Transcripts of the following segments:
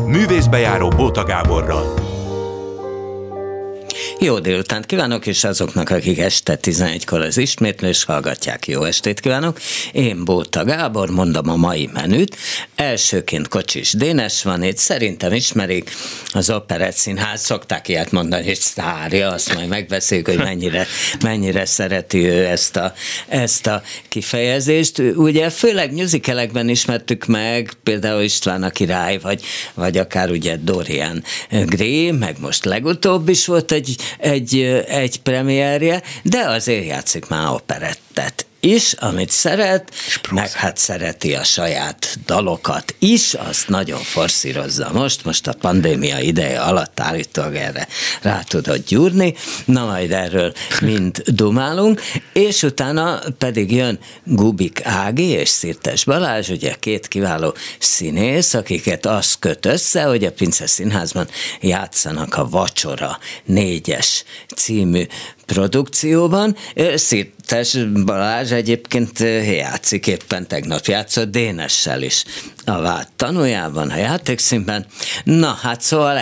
Művészbejáró Bóta Gáborral. Jó délutánt kívánok, és azoknak, akik este 11-kor az ismétlés hallgatják, jó estét kívánok. Én Bóta Gábor, mondom a mai menüt. Elsőként Kocsis Dénes van itt, szerintem ismerik, az Operett Színház, szokták ilyet mondani, hogy sztárja, azt majd megbeszéljük, hogy mennyire szereti ő ezt a kifejezést. Ugye főleg musicalekben ismertük meg, például István a király, vagy akár ugye Dorian Gray, meg most legutóbb is volt egy premierje, de azért játszik már operettet is, amit szeret, meg hát szereti a saját dalokat is, azt nagyon forszírozza most a pandémia ideje alatt állítólag erre rá tudod gyúrni, na majd erről mind dumálunk, és utána pedig jön Gubik Ági és Szirtes Balázs, ugye két kiváló színész, akiket az köt össze, hogy a Pince Színházban játszanak a Vacsora 4-es című produkcióban. Szirtes Balázs egyébként játszik, éppen tegnap játszott Dénessel is a Vád tanuljában, a játékszínben. Na, hát szóval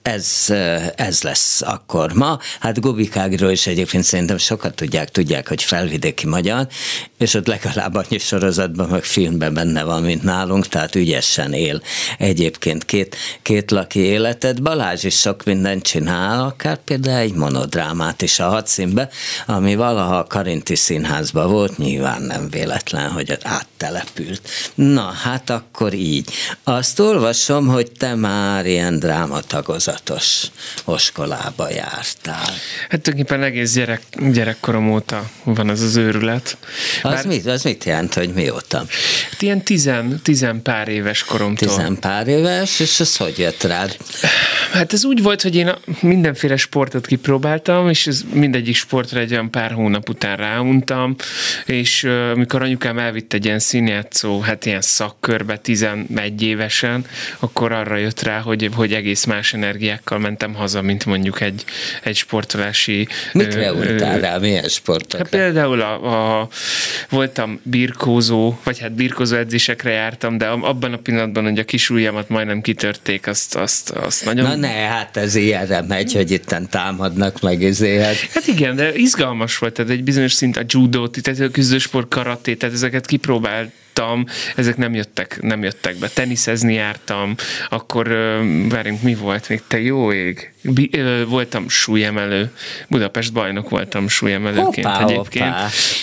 ez lesz akkor ma. Hát Gubik Ágiról is egyébként szerintem sokat tudják, hogy felvidéki magyar, és ott legalább annyi sorozatban, meg filmben benne van, mint nálunk, tehát ügyesen él egyébként két laki életet. Balázs is sok mindent csinál, akár például egy monodrámát is a Hadszínbe, ami valaha a Karinti Színházban volt, nyilván nem véletlen, hogy áttelepült. Na, hát akkor így. Azt olvasom, hogy te már ilyen drámatagozatos oskolába jártál. Hát tulajdonképpen egész gyerekkorom óta van ez az őrület. Az mit jelent, hogy mióta? Hát ilyen 10 pár éves koromtól. 10 pár éves, és ez hogy jött rád? Hát ez úgy volt, hogy én mindenféle sportot kipróbáltam, és ez mindegyik sportra egy olyan pár hónap után ráuntam, és amikor anyukám elvitt egy ilyen színjátszó, hát ilyen szakkörbe 11 évesen, akkor arra jött rá, hogy egész más energiákkal mentem haza, mint mondjuk egy sportolási... Mikre untál rá? Milyen sportokra? Hát például voltam birkózó, vagy hát birkózó edzésekre jártam, de abban a pillanatban, hogy a kis ujjamat majdnem kitörték, azt nagyon... Na ne, hát ez ilyenre megy, hogy itten támadnak meg ezért. Hát igen, de izgalmas volt, tehát egy bizonyos szint a judót, tehát a küzdősport, karate, tehát ezeket kipróbáltam, ezek nem jöttek be. Teniszezni jártam, akkor várjunk, mi volt még? Te jó ég! Voltam súlyemelő. Budapest bajnok voltam súlyemelőként egyébként.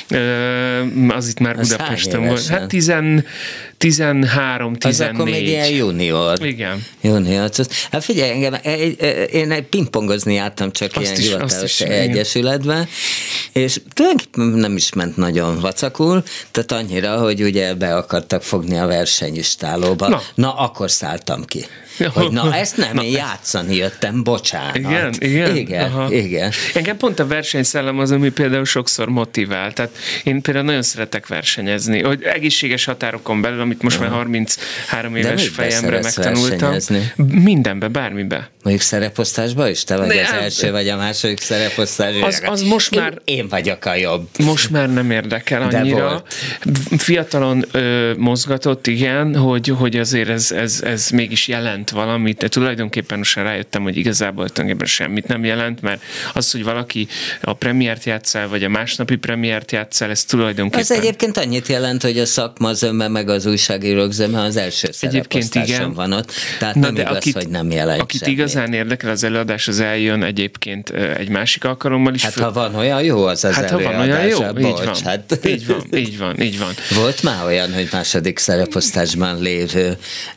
Az itt már Budapesten volt. Hát 13-14. Az akkor még ilyen junior. Igen. Junior. Hát figyelj, engem, én pingpongozni jártam csak azt ilyen hivatalos egyesületben, és tulajdonképpen nem is ment nagyon vacakul, tehát annyira, hogy ugye be akartak fogni a versenyistálóba. Na akkor szálltam ki. Hogy ezt nem, én játszani jöttem, bocsánat. Igen. Engem pont a versenyszellem az, ami például sokszor motivál. Tehát én például nagyon szeretek versenyezni. Hogy egészséges határokon belül, amit most már 33 éves fejemre megtanultam. Mindenbe, bármibe. Mondjuk szereposztásba is? Te vagy az első, vagy a második szereposztás? Az most már... Én vagyok a jobb. Most már nem érdekel annyira. Fiatalon mozgatott, igen, hogy azért ez mégis jelent valamit, de tulajdonképpen most rájöttem, hogy igazából semmit nem jelent, mert az, hogy valaki a premiért játsszál, vagy a másnapi premiért játsszál, ez tulajdonképpen... Az egyébként annyit jelent, hogy a szakma zöme, meg az újságírók zöme az első szereposztáson van ott. Tehát nem igaz, hogy nem jelent akit igazán érdekel az előadás, az eljön egyébként egy másik alkalommal is. Hát ha van olyan jó az előadás. Ha van olyan jó, így van. Volt már olyan, hogy második szereposztásban lévő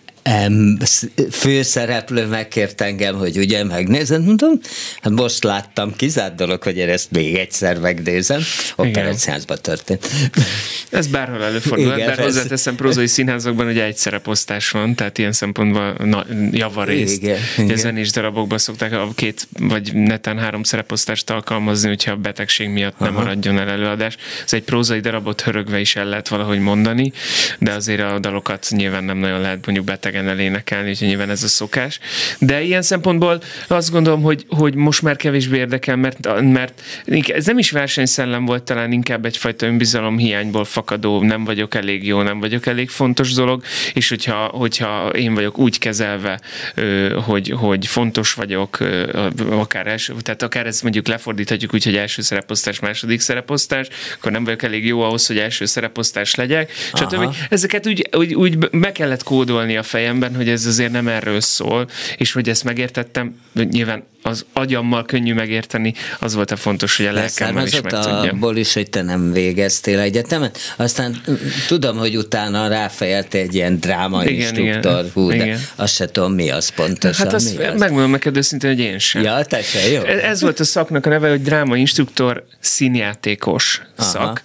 főszereplő megkért engem, hogy ugye megnézem, mondom, hát most láttam, kizárt dolog, hogy én ezt még egyszer megnézem. Operett Színházban történt. Ez bárhol előfordul, de hozzáteszem, prózai színházakban ugye egy szereposztás van, tehát ilyen szempontból javarészt. A zenés darabokban szokták a 2 vagy netán 3 szereposztást alkalmazni, hogyha a betegség miatt nem maradjon el előadás. Ez egy prózai darabot hörögve is el lehet valahogy mondani, de azért a dalokat nyilván nem nagyon lehet mondjuk beteg rétegen elénekelni, úgyhogy nyilván ez a szokás. De ilyen szempontból azt gondolom, hogy most már kevésbé érdekel, mert ez nem is versenyszellem volt, talán inkább egyfajta önbizalom hiányból fakadó, nem vagyok elég jó, nem vagyok elég fontos dolog, és hogyha én vagyok úgy kezelve, hogy fontos vagyok, akár ezt mondjuk lefordíthatjuk úgy, hogy első szereposztás, második szereposztás, akkor nem vagyok elég jó ahhoz, hogy első szereposztás legyek. Stb. Ezeket úgy be kellett kódolni a fejemben, hogy ez azért nem erről szól, és hogy ezt megértettem, nyilván az agyammal könnyű megérteni, az volt a fontos, hogy a lelkemmel is megtudjam. Abból is, hogy te nem végeztél egyetemet, aztán tudom, hogy utána ráfejeltél egy ilyen drámainstruktor, de azt se tudom, mi az pontosan. Hát azt megmondom neked őszintén, hogy én sem. Ja, te se, jó. Ez volt a szaknak a neve, hogy drámainstruktor színjátékos szak.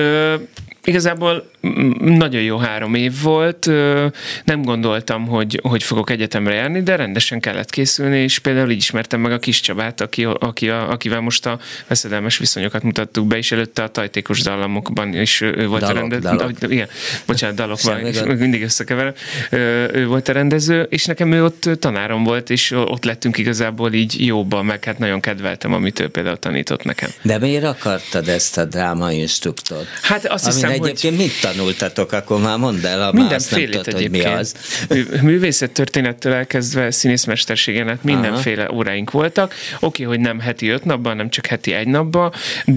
Igazából nagyon jó 3 év volt, nem gondoltam, hogy fogok egyetemre járni, de rendesen kellett készülni, és például így ismertem meg a Kis Csabát, akivel most a veszedelmes viszonyokat mutattuk be, és előtte a Tajtékos dallamokban is ő volt a rendező. Igen, bocsánat, dalokban, mindig összekeverem. Ő volt a rendező, és nekem ő ott tanárom volt, és ott lettünk igazából így jóba, meg hát nagyon kedveltem, amit ő például tanított nekem. De miért akartad ezt a drámainstruktort? Hát azt hiszem, egyébként mit tanultatok, akkor már mondd el, ha mindenfélét tudod, hogy mi az. Művészettörténettől elkezdve színészmesterségen, hát mindenféle óráink voltak. Oké, hogy nem heti 5 napban, nem csak heti 1 napban,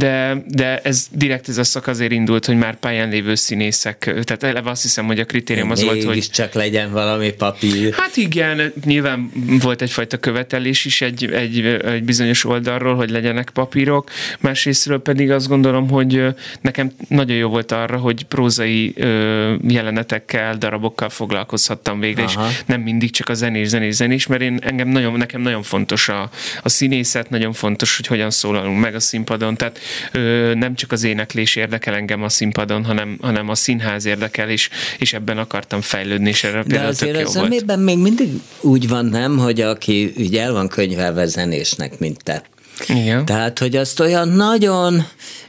de ez direkt ez a szak azért indult, hogy már pályán lévő színészek, tehát eleve azt hiszem, hogy a kritérium az volt, hogy... Mégis csak legyen valami papír. Hát igen, nyilván volt egyfajta követelés is egy bizonyos oldalról, hogy legyenek papírok. Másrésztről pedig azt gondolom, hogy nekem nagyon jó volt arra, hogy prózai jelenetekkel, darabokkal foglalkozhattam végre, és nem mindig csak a zenés, mert nekem nagyon fontos a színészet, nagyon fontos, hogy hogyan szólalunk meg a színpadon, tehát nem csak az éneklés érdekel engem a színpadon, hanem a színház érdekel, és ebben akartam fejlődni, és erre például tök jó volt. De azért az még mindig úgy van, nem, hogy aki ugye el van könyvelve zenésnek, mint te. Igen. Tehát, hogy azt olyan nagyon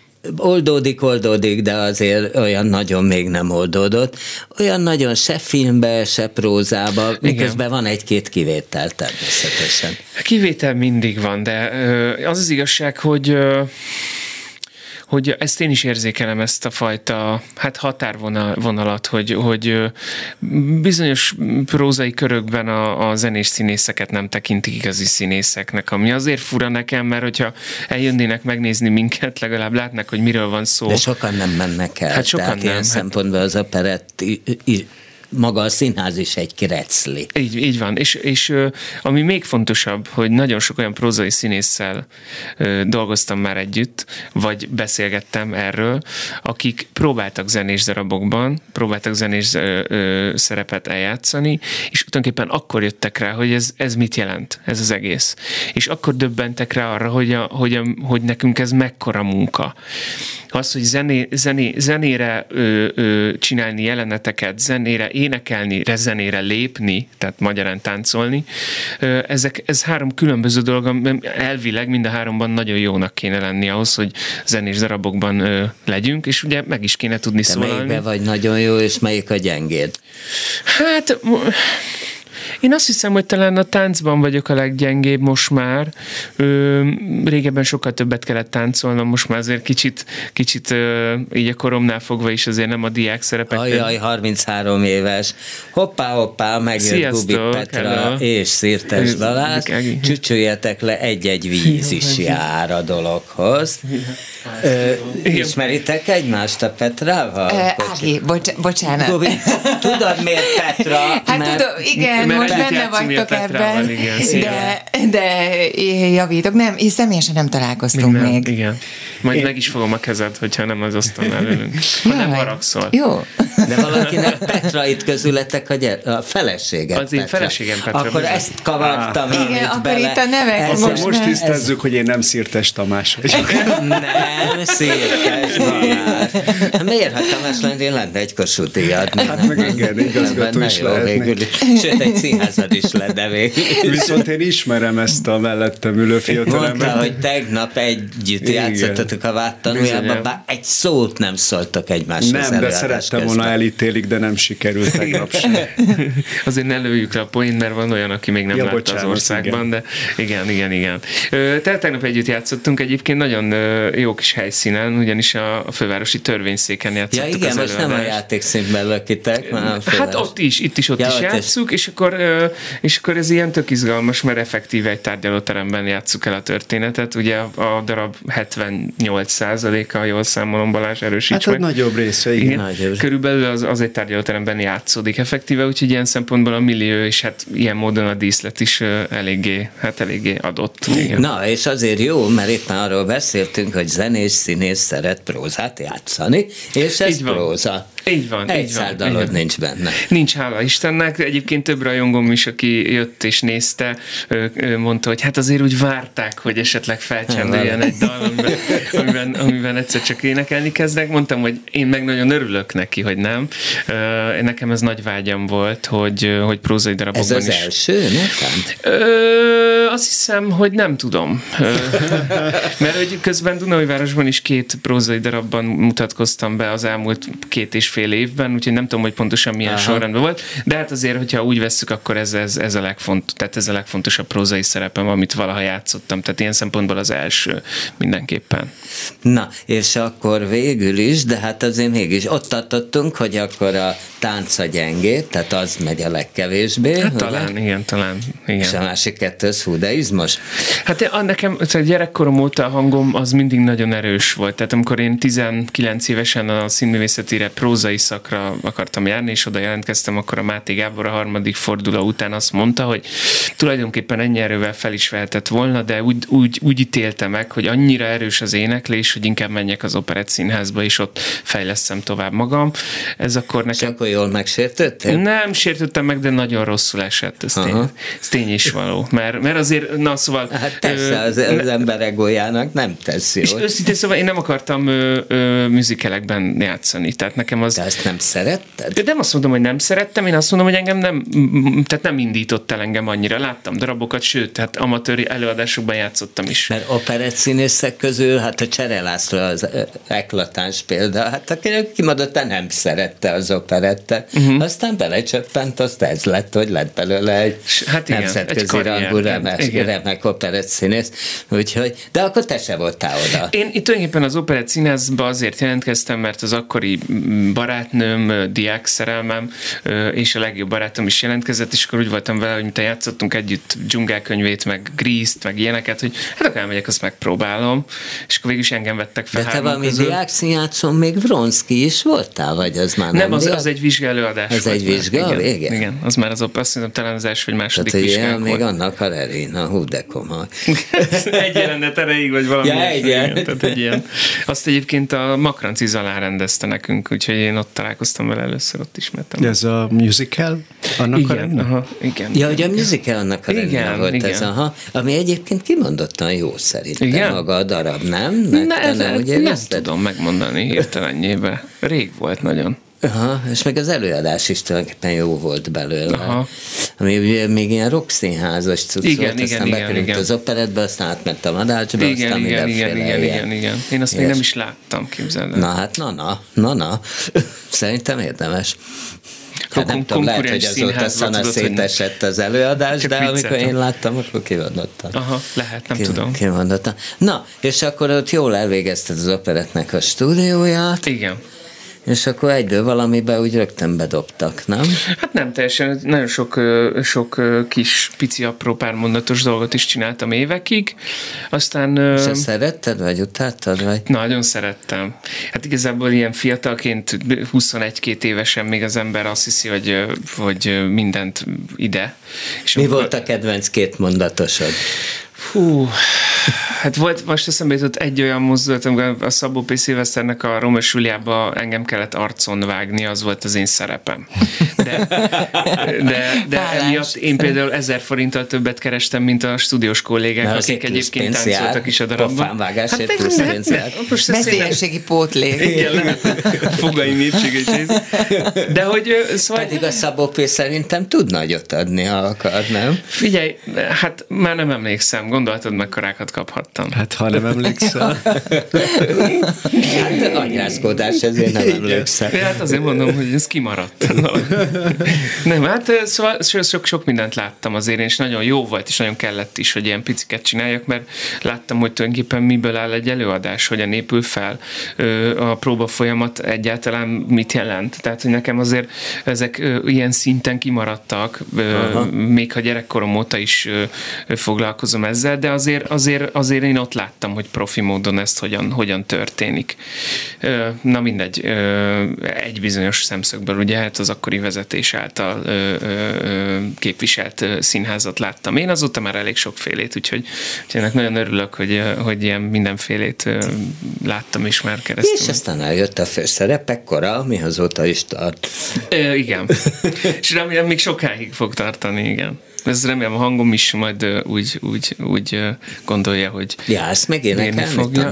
oldódik, de azért olyan nagyon még nem oldódott. Olyan nagyon se filmbe, se prózába, miközben van 1-2 kivétel természetesen. Kivétel mindig van, de az igazság, hogy ezt én is érzékelem, ezt a fajta határvonalat, hogy bizonyos prózai körökben a zenés színészeket nem tekintik igazi színészeknek, ami azért fura nekem, mert hogyha eljönnének megnézni minket, legalább látnak, hogy miről van szó. De sokan nem mennek el. Hát sokan tehát nem. Ilyen szempontból az operett maga a színház is egy kirecli. Így van, és ami még fontosabb, hogy nagyon sok olyan prózai színésszel dolgoztam már együtt, vagy beszélgettem erről, akik próbáltak zenés darabokban, próbáltak zenés szerepet eljátszani, és tulajdonképpen akkor jöttek rá, hogy ez mit jelent, ez az egész. És akkor döbbentek rá arra, hogy nekünk ez mekkora munka. Az, hogy zenére csinálni jeleneteket, zenére énekelni, zenére lépni, tehát magyarán táncolni, ez 3 különböző dolog, elvileg mind a 3-ban nagyon jónak kéne lenni ahhoz, hogy zenés darabokban legyünk, és ugye meg is kéne tudni szólalni. Melyikben vagy nagyon jó, és melyik a gyengéd? Hát... Én azt hiszem, hogy talán a táncban vagyok a leggyengébb most már. Régebben sokkal többet kellett táncolnom, most már azért kicsit így a koromnál fogva is azért nem a diák szerepekben. Ajaj, 33 éves. Hoppá, megjött Gubik Petra hello. És Szirtes Balázs. Csücsüljetek le, egy-egy víz is jár a dologhoz. Ismeritek egymást a Petrával? Ági, bocsánat. Gubik, tudod miért Petra? Hát tudom, igen, most benne vagytok ebben, de javítok. Nem, és személyesen nem találkoztunk még. Igen. Majd meg is fogom a kezed, hogyha nem az asztalnál ülünk. Ha nem haragszol. Jó. De valakinek Petra itt közületek a feleséget. Az én feleségem Petra. Akkor ezt kavartam igen, akkor bele. Itt a nevek. Most tisztázzuk, hogy én nem Szirtes Tamás vagyok. Nem, Szirtes Balázs. Miért, ha Tamás lennél, lenne egy Kossuth díjad? Hát meg igen, igazgató is lehetnek. Sőt, egy színházad is lenne végül. Viszont én ismerem ezt a mellettem ülő fiatalembert. Mondta, hogy tegnap együtt játszottatok a Vád tanuljában, bár egy szót nem szóltak egymáshoz. Nem, de szerettem volna elítélik, de nem sikerült tegnap sem. Azért ne lőjük le a poént, mert van olyan, aki még nem látta bocsánat, az országban, de igen. Tehát tegnap együtt játszottunk egyébként nagyon jó kis helyszínen, ugyanis a fővárosi törvényszéken játszottuk. Ja igen, az most nem a játékszínben lökitek, hanem hát ott is játsszuk, és akkor ez ilyen tök izgalmas, mert effektíve egy tárgyalóteremben játsszuk el a történetet. Ugye a darab 78%-a, jól számolom, Balázs, erősíts meg. Hát a nagyobb része, igen. Nagyobb. Körülbelül az egy tárgyalóteremben játszódik effektíve, úgyhogy ilyen szempontból a millió, és hát ilyen módon a díszlet is eléggé adott. Igen. Na, és azért jó, mert itt már arról beszéltünk, hogy zenés, színész szeret prózát játszani, és ez próza. Így van. Egy szárdalod nincs benne. Nincs, hála Istennek. Egyébként több rajongóm is, aki jött és nézte, mondta, hogy hát azért úgy várták, hogy esetleg felcsendüljen egy dal, amiben egyszer csak énekelni kezdek. Mondtam, hogy én meg nagyon örülök neki, hogy nem. Nekem ez nagy vágyam volt, hogy prózai darabokban is. Ez az első, nekem? Azt hiszem, hogy nem tudom. Mert hogy közben Dunaújvárosban is 2 prózai darabban mutatkoztam be az elmúlt 2,5 évben, úgyhogy nem tudom, hogy pontosan milyen sorrendben volt, de hát azért, hogyha úgy vesszük, akkor ez a legfontosabb prózai szerepem, amit valaha játszottam, tehát ilyen szempontból az első mindenképpen. Na, és akkor végül is, de hát azért mégis ott tartottunk, hogy akkor a tánca gyengébb, tehát az megy a legkevésbé. Hát talán, igen. És a másik kettő hú, de izmos. Hát nekem gyerekkorom óta a hangom az mindig nagyon erős volt, tehát amikor én 19 évesen a színművészetire prózai szakra akartam járni, és oda jelentkeztem, akkor a Máté Gábor a 3. forduló után azt mondta, hogy tulajdonképpen ennyi erővel fel is vehetett volna, de úgy ítélte meg, hogy annyira erős az éneklés, hogy inkább menjek az Operett Színházba, és ott fejlesztem tovább magam. Ez akkor nekem... És akkor jól megsértöttél? Nem sértöttem meg, de nagyon rosszul esett. Ez tény is való. Mert azért, na szóval... Hát persze, az ember egójának nem tesz és őszintén szóval én nem akartam musicalekben játszani, tehát nekem az... De ezt nem szeretted? De nem azt mondom, hogy nem szerettem, én azt mondom, hogy engem nem indított el engem annyira. Láttam darabokat, sőt, tehát amatőri előadásokban játszottam is. Mert operett színészek közül, hát a Csere László az eklatáns példa, hát akinek kimondottan nem szerette az operettet. Aztán belecsöppent, azt ez lett, hogy lett belőle egy nemzetközi rangú remek operett színész. Úgyhogy, de akkor te se voltál oda. Én itt tulajdonképpen az Operett Színházba azért jelentkeztem, mert az akkori barátnőm, diák szerelmem és a legjobb barátom is jelentkezett, és akkor úgy voltam vele, hogy mint játszottunk együtt Dzsungelkönyvét, meg Grease-t, meg ilyeneket, hogy hát akkor elmegyek, azt megpróbálom, és akkor végül is engem vettek fel. De te valami diákszínjátszón még Vronszky is voltál, vagy az már nem? Nem, az egy vizsgálóadás. Ez egy vizsga? Igen, az már azt hiszem talán az első vagy második vizsgák volt. Még annak a Lerina, hú de komoly. Egy jelenet erejéig, vagy valami. Ja, egy ilyen. Azt egyébként a Makranci Zalán rendezte nekünk, úgyhogy én ott találkoztam vele először, ott ismertem. Ez a musical? Annak igen. Ja, hogy a musical annak a rendben volt ez, ami egyébként kimondottan jó szerintem maga a darab, nem? Nem tudom megmondani hirtelenjébe. Rég volt nagyon. És meg az előadás is tulajdonképpen jó volt belőle. Ami még ilyen rockszínházas cucc volt, aztán bekerült az operettbe, aztán átment a Madácsba, aztán igen. Én azt még nem is láttam, képzeld el. Na hát, na. Szerintem érdemes. Hát nem tudom, lehet, hogy azóta szana szétesett az előadás, de amikor én láttam, akkor kivondottam. Lehet, nem tudom. Kivondottam. Na, és akkor ott jól elvégezted az operettnek a stúdióját. Igen. És akkor egyből valamiben úgy rögtön bedobtak, nem? Hát nem teljesen, nagyon sok kis, pici, apró pármondatos dolgot is csináltam évekig, aztán... És ezt szeretted, vagy utáltad, vagy? Nagyon szerettem. Hát igazából ilyen fiatalként, 21-2 évesen még az ember azt hiszi, hogy mindent ide. És mi volt a kedvenc 2 mondatosod? Hát volt, most eszembe jutott egy olyan mozdulat, amikor a Szabó P. Szilveszternek a Római Júliába engem kellett arcon vágni, az volt az én szerepem. De emiatt én például 1000 forinttal többet kerestem, mint a stúdiós kollégák, akik egyébként táncoltak is a darabban. Pofánvágásért plusz pénz jár. Meszélyenségi pótlék. Igen, fogai népség és ez. De hogy szóval... Pedig a Szabó P. szerintem tud nagyot adni, ha akar, nem? Figyelj, hát már nem emlékszem, gondoltad, mekkorákat kaphattam. Hát ha nem emlékszel. Hát agyrázkodás, ezért nem emlékszem. Hát azért mondom, hogy ez kimaradt. Nem, hát szóval sok mindent láttam azért, és nagyon jó volt, és nagyon kellett is, hogy ilyen piciket csináljak, mert láttam, hogy tulajdonképpen miből áll egy előadás, hogyan épül fel a próba folyamat, egyáltalán mit jelent. Tehát, hogy nekem azért ezek ilyen szinten kimaradtak, még ha gyerekkorom óta is foglalkozom ezzel, de azért én ott láttam, hogy profi módon ezt hogyan történik. Na mindegy, egy bizonyos szemszögből, ugye hát az akkori vezetés által képviselt színházat láttam. Én azóta már elég sokfélét, úgyhogy ennek nagyon örülök, hogy ilyen mindenfélét láttam is már keresztül. És aztán eljött a főszerepek kora, ami azóta is tart. Igen. És remélem még sokáig fog tartani, igen. Ez remélem a hangom is majd úgy gondolja, hogy ezt meg énekelni fogja.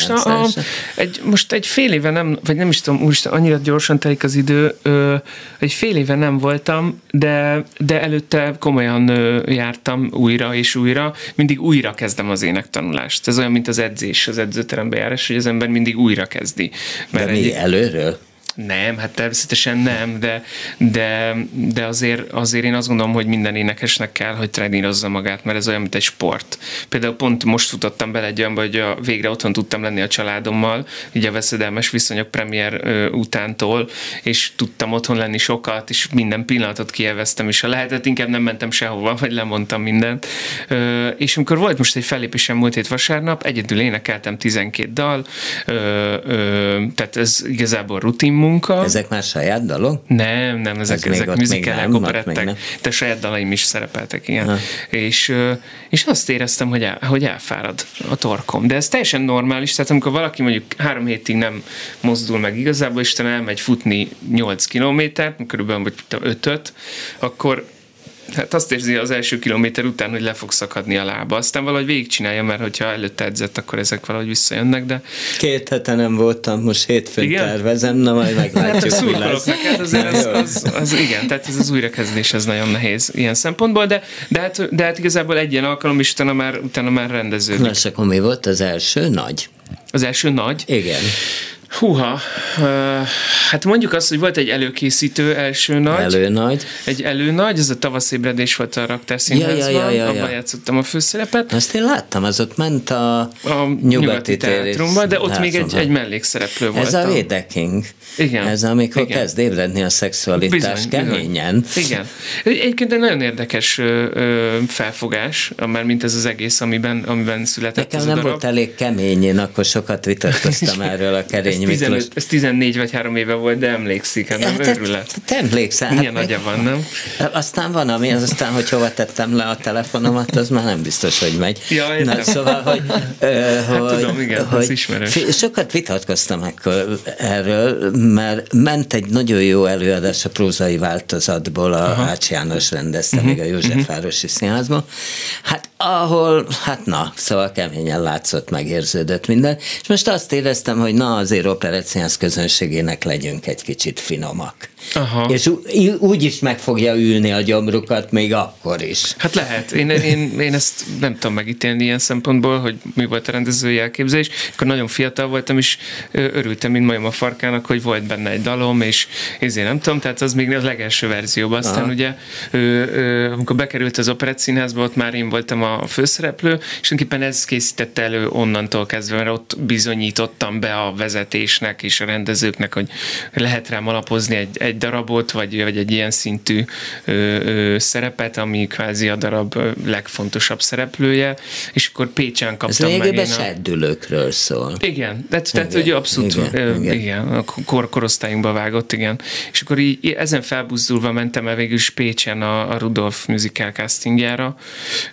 Most egy fél éve nem, vagy nem is tudom, úristen, annyira gyorsan telik az idő, egy fél éve nem voltam, de előtte komolyan jártam újra és újra, mindig újra kezdem az énektanulást. Ez olyan, mint az edzés, az edzőterembe járás, hogy az ember mindig újra kezdi. De mi előről? Nem, hát természetesen nem, de azért én azt gondolom, hogy minden énekesnek kell, hogy trenírozza magát, mert ez olyan, mint egy sport. Például pont most futottam bele egy olyanba, hogy végre otthon tudtam lenni a családommal, ugye a Veszedelmes viszonyok premier utántól, és tudtam otthon lenni sokat, és minden pillanatot kielveztem, és ha lehetett, inkább nem mentem sehova, vagy lemondtam mindent. És amikor volt most egy fellépésem múlt hét vasárnap, egyedül énekeltem 12 dal, tehát ez igazából rutin munka. Ezek már saját dalok? Nem, ezek musicalek, operettek, de saját dalaim is szerepeltek, igen. És azt éreztem, hogy elfárad a torkom. De ez teljesen normális, tehát amikor valaki mondjuk 3 hétig nem mozdul meg igazából, és elmegy futni 8 kilométert, körülbelül vagy 5-öt, akkor hát azt érzi az első kilométer után, hogy le fog szakadni a lába. Aztán valahogy végigcsinálja, mert hogyha előtte edzett, akkor ezek valahogy visszajönnek, de... 2 hete nem voltam, most hétfőn tervezem, na majd meglátjuk, mi lesz. Neked azért az igen, tehát ez az újrakezdés, ez nagyon nehéz ilyen szempontból, de hát igazából egy ilyen alkalom is utána már rendeződik. Na, és akkor mi volt az első nagy? Az első nagy? Igen. Húha, hát mondjuk azt, hogy volt egy előkészítő első nagy. Előnagy. Egy előnagy, ez a tavaszébredés volt a Raktár Színházban, abban játszottam a főszerepet. Azt én láttam, az ott ment a nyugati teátrumban, de ott még egy mellékszereplő volt. Ez a Wedeking. Igen. Ez amikor kezd ébredni a szexualitás keményen. Igen. Egyébként egy nagyon érdekes felfogás, már mint ez az egész, amiben született nekem ez a nem darab. volt elég kemény, én akkor sokat vitatkoztam erről a Kerény Miklós. Ez 14 vagy 3 éve volt, de emlékszik, hát nem őrület. Te emlékszel. Milyen agya van, nem? Aztán van, ami aztán, hogy hova tettem le a telefonomat, az már nem biztos, hogy megy. Ja, értem. Na, szóval, hogy tudom, igen, ez ismerős. Sokat vitatkoztam akkor erről, mert ment egy nagyon jó előadás a prózai változatból, a Ács János rendezte még a Józsefvárosi Színházban. Hát ahol, szóval keményen látszott, megérződött minden. És most azt éreztem, hogy azért operettszínház közönségének legyünk egy kicsit finomak. Aha. És úgy is meg fogja ülni a gyomrukat, még akkor is. Hát lehet. Én ezt nem tudom megítélni ilyen szempontból, hogy mi volt a rendezői elképzelés. Akkor nagyon fiatal voltam, és örültem, mint majom a farkának, hogy volt benne egy dalom, és ezért nem tudom, tehát az még a legelső verzióban. Aztán ugye, amikor bekerült az Operettszínházba, ott már én voltam a főszereplő, és tulajdonképpen ez készítette elő onnantól kezdve, mert ott bizonyítottam be a vezetésnek és a rendezőknek, hogy lehet rám alapozni egy darabot, vagy egy ilyen szintű szerepet, ami kvázi a darab legfontosabb szereplője, és akkor Pécsen kaptam meg. Ez lényegében serdülőkről szól. Igen, tehát hogy abszolút, igen, a korosztályunkba vágott, igen. És akkor így ezen felbuzdulva mentem el végül is Pécsen a Rudolf musical castingjára,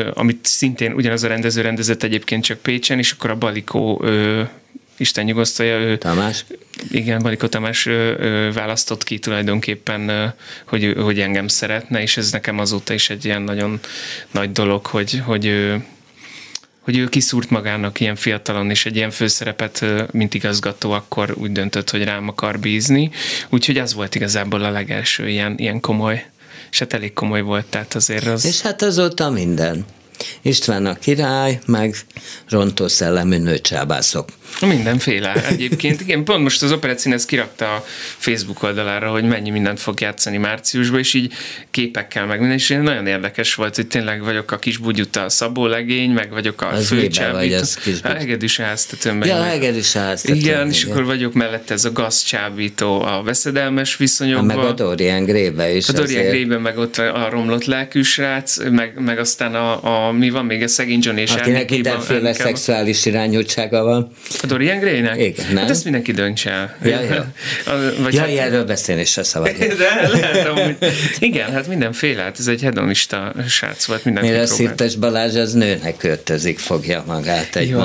amit szintén ugyanaz a rendező rendezett egyébként csak Pécsen, és akkor a Balikó Isten nyugosztalja. Tamás? Igen, Balikó Tamás választott ki tulajdonképpen, hogy engem szeretne, és ez nekem azóta is egy ilyen nagyon nagy dolog, hogy ő kiszúrt magának ilyen fiatalon, és egy ilyen főszerepet, mint igazgató, akkor úgy döntött, hogy rám akar bízni. Úgyhogy az volt igazából a legelső ilyen komoly, és hát elég komoly volt, tehát azért az... És hát azóta minden. István a király, meg rontó szellemű nőcsábászok. Mindenféle egyébként. Igen, pont most az Operett Színház kirakta a Facebook oldalára, hogy mennyi mindent fog játszani márciusban, és így képekkel meg minden, és nagyon érdekes volt, hogy tényleg vagyok a kis bugyuta, a Szabó legény, meg vagyok a főcsábító. A Hegedűs háztetőn. Ja, a Hegedűs háztetőn. Igen, és akkor vagyok mellette ez a gazcsábító a veszedelmes viszonyokban. Meg a Dorian Gray-be is. A Dorian Gray-ben meg ott a romlott lelkű srác, meg aztán mi van még, a szegény John és akinek mindenféle szexuális irányultsága van. A Dorian Gray-nek? Igen, nem? Hát ezt mindenki döntse el. Erről beszélni se szabad. De lehet amúgy. Igen, hát mindenféle. Hát ez egy hedonista srác volt. Mire a Szirtes Balázs az nőnek költözik, fogja magát egy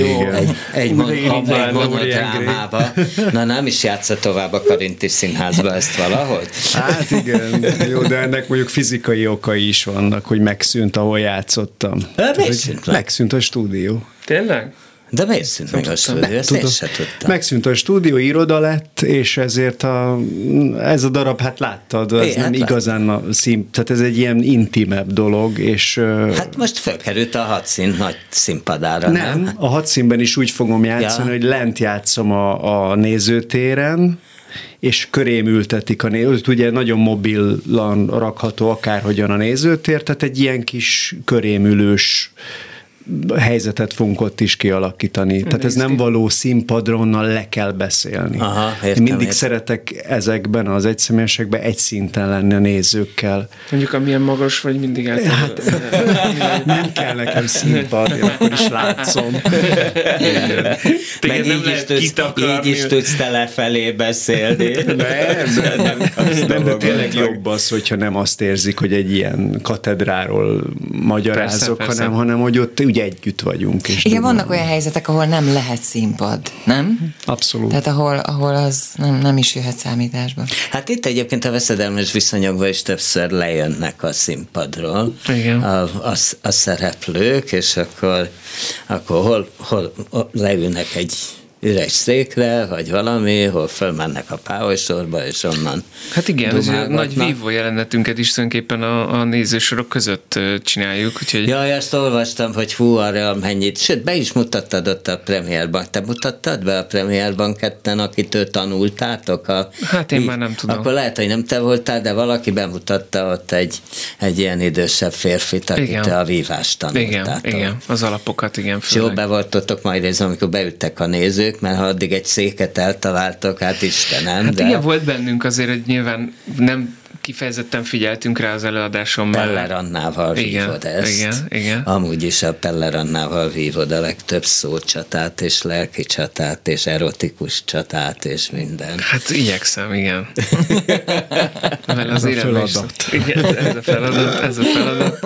monodrámába. Na nem is játsza tovább a Karinti Színházba ezt valahogy? Hát igen, jó, de ennek mondjuk fizikai okai is vannak, hogy megszűnt, ahol játszottam. Megszűnt a stúdió. Tényleg? De miért szűnt meg a stúdió? Ezt én se tudtam. Megszűnt a stúdió, iroda lett, és ezért ez a darab, hát láttad, ez nem igazán tehát ez egy ilyen intimebb dolog, és... Hát most felkerült a Hadszín nagy színpadára, nem? A Hadszínben is úgy fogom játszani, hogy lent játszom a nézőtéren, és körém ültetik a nézőt, ugye nagyon mobilan rakható akárhogyan a nézőtér, tehát egy ilyen kis körémülős helyzetet fogunk ott is kialakítani. Tehát ez nem való színpadra, onnan le kell beszélni. Aha, én mindig szeretek ezekben az egyszemélyekben egy szinten lenni a nézőkkel. Mondjuk amilyen magas vagy, mindig nem kell nekem színpad, én akkor is látszom. Meg így is tudsz telefelé beszélni. Nem, tényleg jobb az, hogyha nem azt érzik, hogy egy ilyen katedráról magyarázok, hanem hogy ott ugye együtt vagyunk. És igen, vannak olyan helyzetek, ahol nem lehet színpad, nem? Abszolút. Tehát ahol az nem is jöhet számításba. Hát itt egyébként a veszedelmes viszonyokban is többször lejönnek a színpadról a szereplők, és akkor hol leülnek egy üres székre, vagy valami, hol fölmennek a páholysorba, és onnan hát igen, ez a nagy vívó jelenetünket is tulajdonképpen a nézősorok között csináljuk. Úgyhogy... Jaj, azt olvastam, hogy arra mennyit, sőt, be is mutattad ott a Premierban. Te mutattad be a Premierban ketten, akitől tanultátok? Hát én már nem tudom. Akkor lehet, hogy nem te voltál, de valaki bemutatta ott egy ilyen idősebb férfit, akit a vívást tanultátok. Igen, az alapokat, igen. És jó bevoltatok majd ez, amikor beüttek a nézők, mert ha addig egy széket eltaláltok, hát Istenem. Hát igen, volt bennünk azért, hogy nyilván nem kifejezetten figyeltünk rá az előadáson. Peller Annával vívod ezt. Igen. Amúgy is a Peller Annával vívod a legtöbb szócsatát, és lelki csatát, és erotikus csatát, és minden. Hát igyekszem, igen. Mert az feladat. Igen, ez a feladat.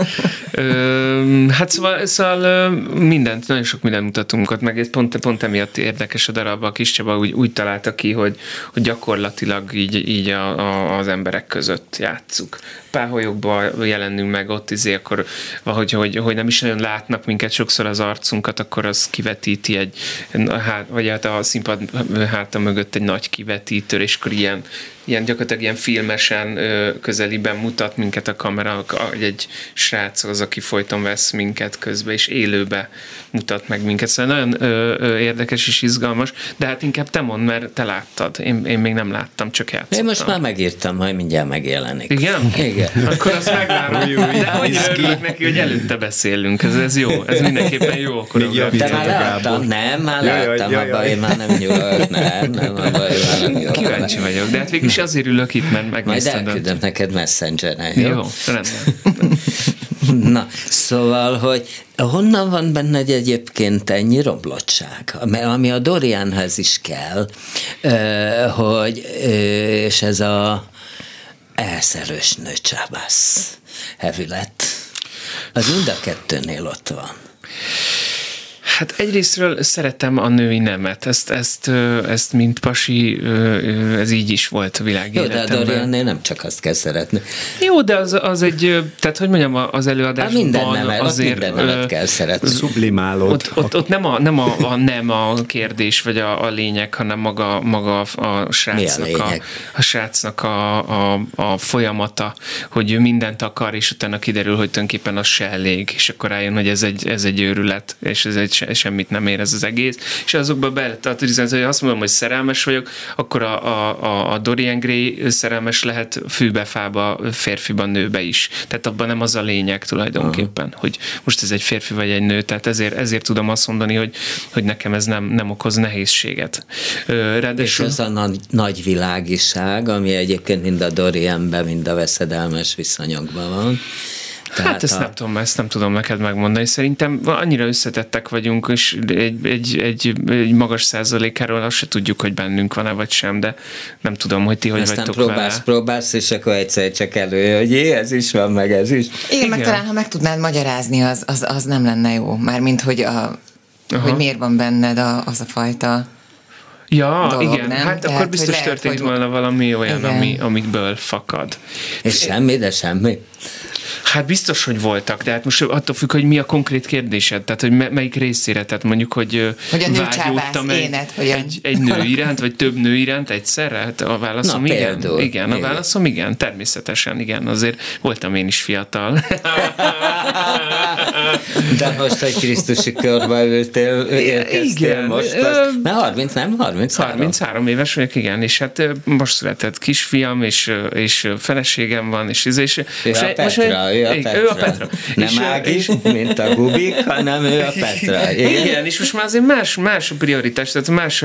Hát szóval mindent, nagyon sok mindent mutatunk ott, meg pont emiatt érdekes a darab, a Kis Csaba úgy találta ki, hogy gyakorlatilag így az emberek között játsszuk. Páholyokban jelenünk meg ott, akkor hogy nem is nagyon látnak minket sokszor az arcunkat, akkor az kivetíti vagy hát a színpad háta mögött egy nagy kivetítő, és akkor ilyen gyakorlatilag ilyen filmesen közeliben mutat minket a kamera, egy srác az, aki folyton vesz minket közben, és élőbe mutat meg minket. Szóval nagyon érdekes és izgalmas, de hát inkább te mondd, mert te láttad. Én még nem láttam, csak játszottam. Én most már megírtam, majd mindjárt megjelenik. Igen? Igen. Akkor azt megvárom. De annyira örülök neki, hogy előtte beszélünk. Ez jó. Ez mindenképpen jó. De már láttam. Nem, már láttam. Abban én már nem nyúlok. Nem, abban én már nem nyúlok. Kíváncsi vagyok. De hát végülis azért ülök itt, mert megnézted. Majd elküldöm neked Messengeren. Jó, rendben. Na, szóval, hogy honnan van benned egyébként ennyi romlottság? Ami a Dorianhez is kell, és ez a elszerős nőcsábász hevület. Az mind a kettőnél ott van. Hát egyrésztről szeretem a női nemet, ezt mint pasi, ez így is volt a világéletemben. Jó, de a Doriannél nem csak azt kell szeretni. Jó, de az egy, tehát hogy mondjam, az előadásban minden nemet kell szeretni. Sublimálod. Ott nem a kérdés, vagy a lényeg, hanem maga a srácnak a folyamata, hogy ő mindent akar, és utána kiderül, hogy tulajdonképpen az se elég, és akkor rájön, hogy ez egy őrület, és ez egy semmit nem ér ez az egész, és azokba beletartozni, hogy azt mondom, hogy szerelmes vagyok, akkor a Dorian Gray szerelmes lehet fűbe-fába, férfiban, nőbe is. Tehát abban nem az a lényeg tulajdonképpen, hogy most ez egy férfi vagy egy nő, tehát ezért tudom azt mondani, hogy nekem ez nem okoz nehézséget. És az a nagy világiság, ami egyébként mind a Dorianben, mind a veszedelmes viszonyokban van. Hát ezt nem tudom neked megmondani. Szerintem annyira összetettek vagyunk, és egy magas százalékáról azt se tudjuk, hogy bennünk van-e vagy sem, de nem tudom, hogy ti hogy vagytok vele. Próbálsz, és akkor egyszer csak elő, hogy ez is van, meg ez is. Igen, meg talán, ha meg tudnád magyarázni, az nem lenne jó. Mármint, hogy miért van benned az a fajta dolog, igen, nem? hát Tehát, akkor biztos történt volna valami olyan, amikből fakad. És semmi? Hát biztos, hogy voltak, de hát most attól függ, hogy mi a konkrét kérdésed, tehát hogy melyik részére, tehát mondjuk, hogy vágyódtam egy nő iránt, vagy több nő iránt egyszerre, hát a válaszom igen. Igen, a válaszom igen, természetesen igen, azért voltam én is fiatal. De most egy krisztusi körbe érkeztél most. Mert 30, nem? 33 éves vagyok, igen, és hát most született kisfiam, és feleségem van, és ő a Petra. Nem Ági, mint a Gubik, hanem ő a Petra. Igen, és most már azért más a prioritás, tehát más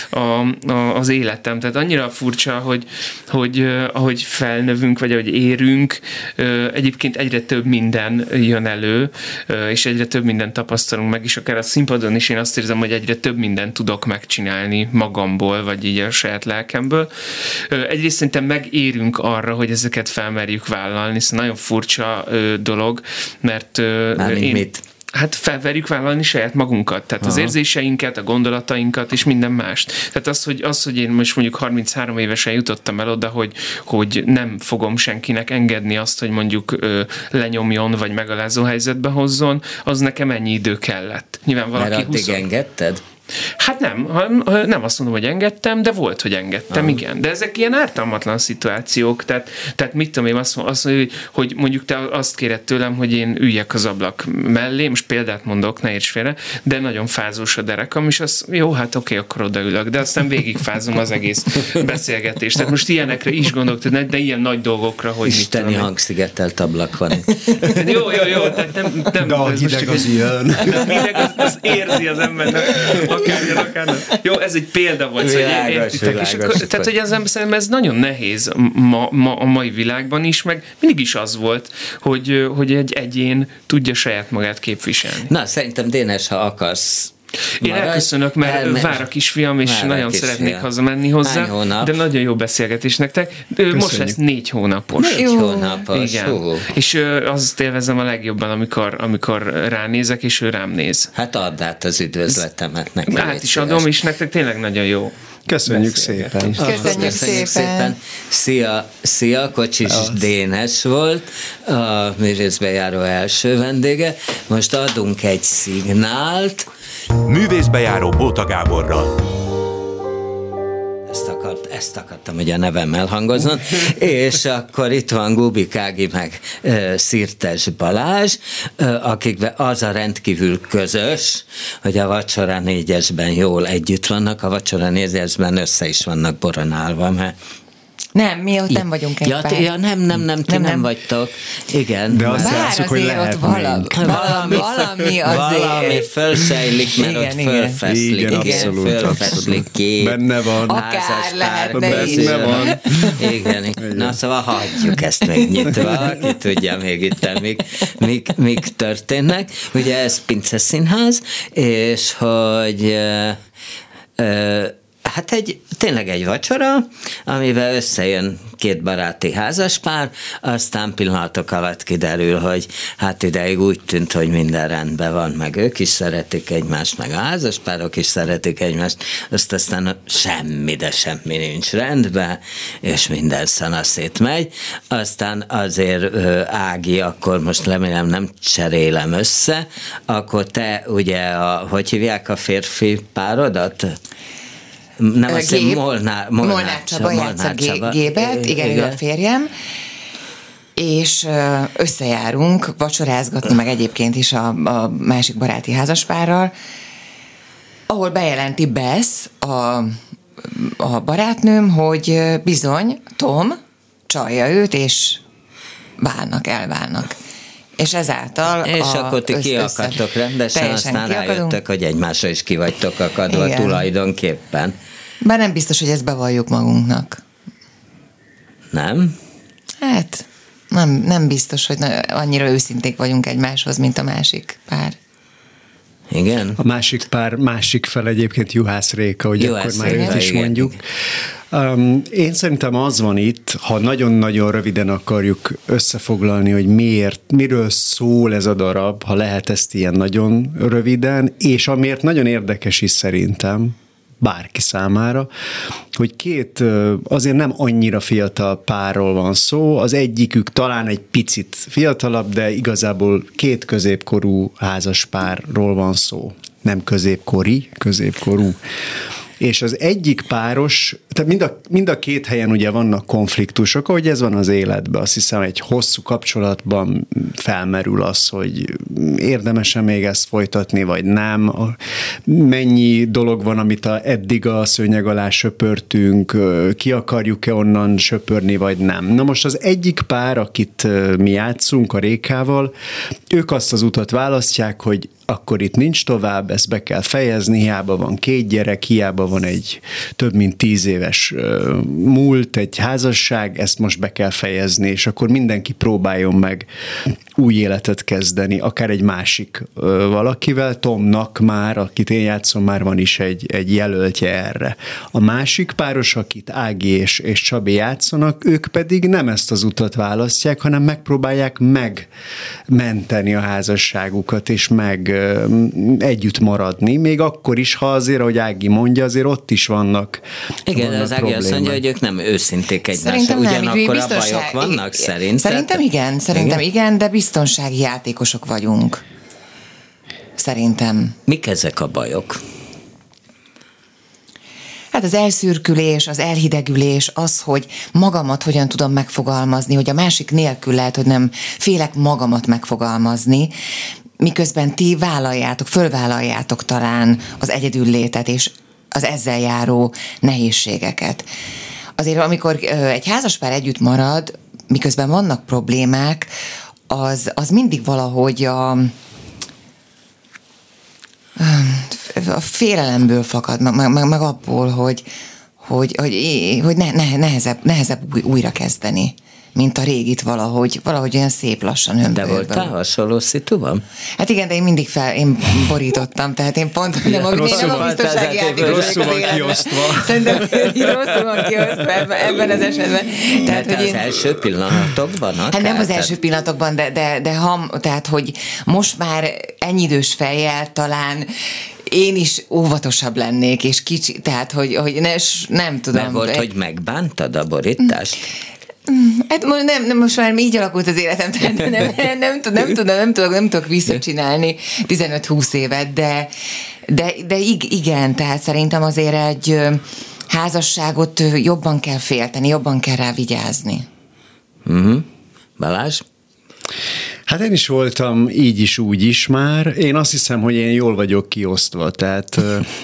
az életem, tehát annyira furcsa, hogy ahogy felnövünk, vagy ahogy érünk, egyébként egyre több minden jön elő, és egyre több mindent tapasztalunk meg, és akár a színpadon is én azt érzem, hogy egyre több mindent tudok megcsinálni magamból, vagy így a saját lelkemből. Egyrészt szerintem megérünk arra, hogy ezeket felmerjük vállalni, hiszen nagyon furcsa dolog, mert mit? Hát felverjük vállalni saját magunkat, tehát az érzéseinket, a gondolatainkat és minden mást. Tehát hogy én most mondjuk 33 évesen jutottam el oda, hogy nem fogom senkinek engedni azt, hogy mondjuk lenyomjon, vagy megalázó helyzetbe hozzon, az nekem ennyi idő kellett. Nyilván valaki mert addig engedted? Hát nem azt mondom, hogy engedtem, de volt, hogy engedtem, igen. De ezek ilyen ártalmatlan szituációk, tehát mit tudom én azt mondom, hogy mondjuk te azt kéred tőlem, hogy én üljek az ablak mellé, most példát mondok, ne érts félre, de nagyon fázós a derekam, és az jó, hát oké, akkor odaülök, de aztán végigfázom az egész beszélgetést. Tehát most ilyenekre is gondolok, de ilyen nagy dolgokra, hogy isteni hangszigetelt ablak van. Jó, tehát nem de a hideg az ilyen. A hideg az érzi az embernek. Akár. Jó, ez egy példa volt, hogy értitek. Tehát, hogy szerintem ez nagyon nehéz a mai világban is, meg mindig is az volt, hogy egy egyén tudja saját magát képviselni. Na, szerintem Dénes, ha akarsz, én elköszönök, mert vár a kisfiam, és nagyon szeretnék hazamenni hozzá. De nagyon jó beszélgetés nektek. Most lesz 4 hónapos. 4 hónapos. Igen. És azt élvezem a legjobban, amikor ránézek, és ő rám néz. Hát add át az üdvözletemet nekem. Át is adom, és nektek tényleg nagyon jó. Köszönjük szépen. Köszönjük szépen. Szia, Kocsis Dénes volt a művészbejáró első vendége. Most adunk egy szignált. Művészbejáró Bóta Gáborral. Ezt akartam, hogy a nevem elhangozzon, és akkor itt van Gubik Ági meg Szirtes Balázs, akikben az a rendkívül közös, hogy a Vacsora 4-esben jól együtt vannak, a Vacsora 4-esben össze is vannak boronálva, mert nem, mi ott nem vagyunk egy pár. Ja, nem vagytok. Igen. De azt látszuk, hogy lehet valami azért. Valami fölsejlik, mert ott fölfeszlik. Igen, abszolút. Benne van. Akár lehet, benne van. Igen. Na, szóval hagyjuk ezt még nyitva, ki tudja még itt, mik történnek. Ugye ez Pince Színház, és hogy Hát tényleg egy vacsora, amivel összejön két baráti házaspár, aztán pillanatok alatt kiderül, hogy hát ideig úgy tűnt, hogy minden rendben van, meg ők is szeretik egymást, meg a házaspárok is szeretik egymást, aztán semmi, de semmi nincs rendben, és minden szanaszét megy. Aztán azért Ági, akkor most remélem nem cserélem össze, akkor te ugye hogy hívják a férfi párodat? Nem azt hiszem, Molnár Csaba játsza Gébet, igen, ő a férjem, és összejárunk vacsorázgatni, meg egyébként is a másik baráti házaspárral, ahol bejelenti Besz, a barátnőm, hogy bizony Tom csalja őt, és elválnak. És ezáltal és akkor ti kiakadtok rendesen, aztán rájöttek, hogy egymásra is ki vagytok akadva. Igen. Tulajdonképpen. Bár nem biztos, hogy ezt bevalljuk magunknak. Nem? Hát nem biztos, hogy annyira őszinték vagyunk egymáshoz, mint a másik pár. Igen. A másik pár másik fel egyébként Juhász Réka, hogy akkor már őt is mondjuk. Én szerintem az van itt, ha nagyon-nagyon röviden akarjuk összefoglalni, hogy miről szól ez a darab, ha lehet ezt ilyen nagyon röviden, és amiért nagyon érdekes is szerintem, bárki számára, hogy két azért nem annyira fiatal párról van szó, az egyikük talán egy picit fiatalabb, de igazából két középkorú házaspárról van szó. Nem középkorú. És az egyik páros, tehát mind a két helyen ugye vannak konfliktusok, ahogy ez van az életben. Azt hiszem, egy hosszú kapcsolatban felmerül az, hogy érdemes-e még ezt folytatni, vagy nem. Mennyi dolog van, amit eddig a szőnyeg alá söpörtünk, ki akarjuk-e onnan söpörni, vagy nem. Na most az egyik pár, akit mi játszunk a Rékával, ők azt az utat választják, hogy akkor itt nincs tovább, ezt be kell fejezni, hiába van 2 gyerek, hiába van egy több mint 10 éves múlt, egy házasság, ezt most be kell fejezni, és akkor mindenki próbáljon meg új életet kezdeni, akár egy másik valakivel. Tomnak már, akit én játszom, már van is egy jelöltje erre. A másik páros, akit Ági és Csabi játszanak, ők pedig nem ezt az utat választják, hanem megpróbálják megmenteni a házasságukat, és meg együtt maradni, még akkor is, ha azért, ahogy Ági mondja, azért ott is vannak. Igen, az Ági azt mondja, hogy ők nem őszinték egymásra. Ugyanakkor a bajok vannak, Szerintem igen, de biztonsági játékosok vagyunk. Szerintem. Mik ezek a bajok? Hát az elszürkülés, az elhidegülés, az, hogy magamat hogyan tudom megfogalmazni, hogy a másik nélkül lehet, hogy nem félek magamat megfogalmazni, miközben ti fölvállaljátok talán az egyedüllétet és az ezzel járó nehézségeket. Azért, amikor egy házaspár együtt marad, miközben vannak problémák, az mindig valahogy a félelemből fakad, meg abból, hogy nehezebb újra kezdeni, mint a régit valahogy olyan szép lassan önből. De voltál hasonló szituban? Hát igen, de én borítottam, tehát én pont nem a biztonsági játékos. Rosszul van kiosztva. Szerintem rosszul van kiosztva ebben az esetben. Tehát, hogy az első pillanatokban? Hát nem az első pillanatokban, tehát, hogy most már ennyi idős fejjel talán én is óvatosabb lennék, és kicsi, tehát, hogy nem tudom. Mert volt, hogy megbántad a borítást? Hát nem, most már így alakult az életem, tehát nem tudok visszacsinálni 15-20 évet, de igen, tehát szerintem azért egy házasságot jobban kell félteni, jobban kell rá vigyázni. Balázs? Hát én is voltam így is, úgy is már. Én azt hiszem, hogy én jól vagyok kiosztva, tehát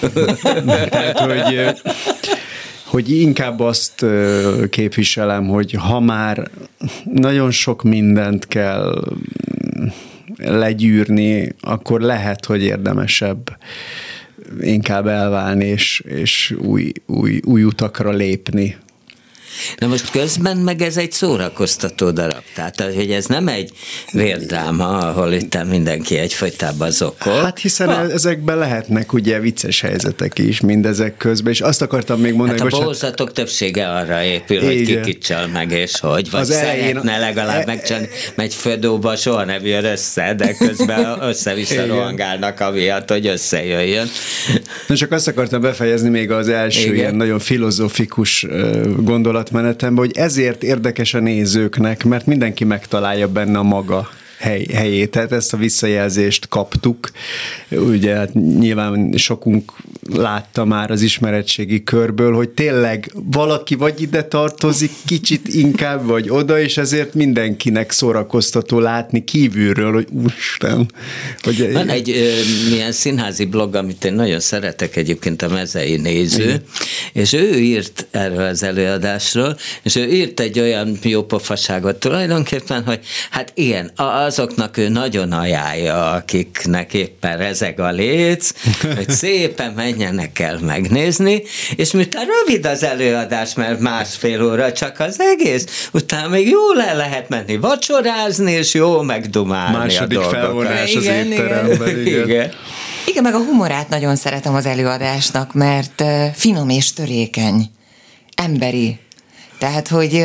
hogy inkább azt képviselem, hogy ha már nagyon sok mindent kell legyűrni, akkor lehet, hogy érdemesebb inkább elválni, és új utakra lépni. Na most közben meg ez egy szórakoztató darab. Tehát, hogy ez nem egy vérdráma, ahol itt mindenki egyfajtában zokol. Hát hiszen ezekben lehetnek ugye vicces helyzetek is mindezek közben, és azt akartam még mondani, hát a bózatok többsége arra épül, hogy ki kicsal meg, és hogy, vagy szeretne legalább megcsinálni, megy födóba, soha nem jön össze, de közben össze-vissza rohangálnak amiatt, hogy összejöjjön. Na csak azt akartam befejezni még az első ilyen nagyon filozofikus gondolatmenetemben, hogy ezért érdekes a nézőknek, mert mindenki megtalálja benne a maga helyét, tehát ezt a visszajelzést kaptuk. Ugye hát nyilván sokunk látta már az ismeretségi körből, hogy tényleg valaki vagy ide tartozik kicsit inkább, vagy oda, és ezért mindenkinek szórakoztató látni kívülről, hogy úristen. Hogy van egy milyen színházi blog, amit én nagyon szeretek egyébként, a Mezei Néző, és ő írt erről az előadásról, és ő írt egy olyan jópofaságot tulajdonképpen, hogy hát ilyen, azoknak ő nagyon ajánlja, akiknek éppen rezeg a léc, hogy szépen menjenek el megnézni, és miután rövid az előadás, mert 1,5 óra csak az egész, utána még jól el lehet menni vacsorázni, és jó megdumálni második a dolgokat. felvonás az étteremben. Igen. Igen, meg a humorát nagyon szeretem az előadásnak, mert finom és törékeny, emberi. Tehát, hogy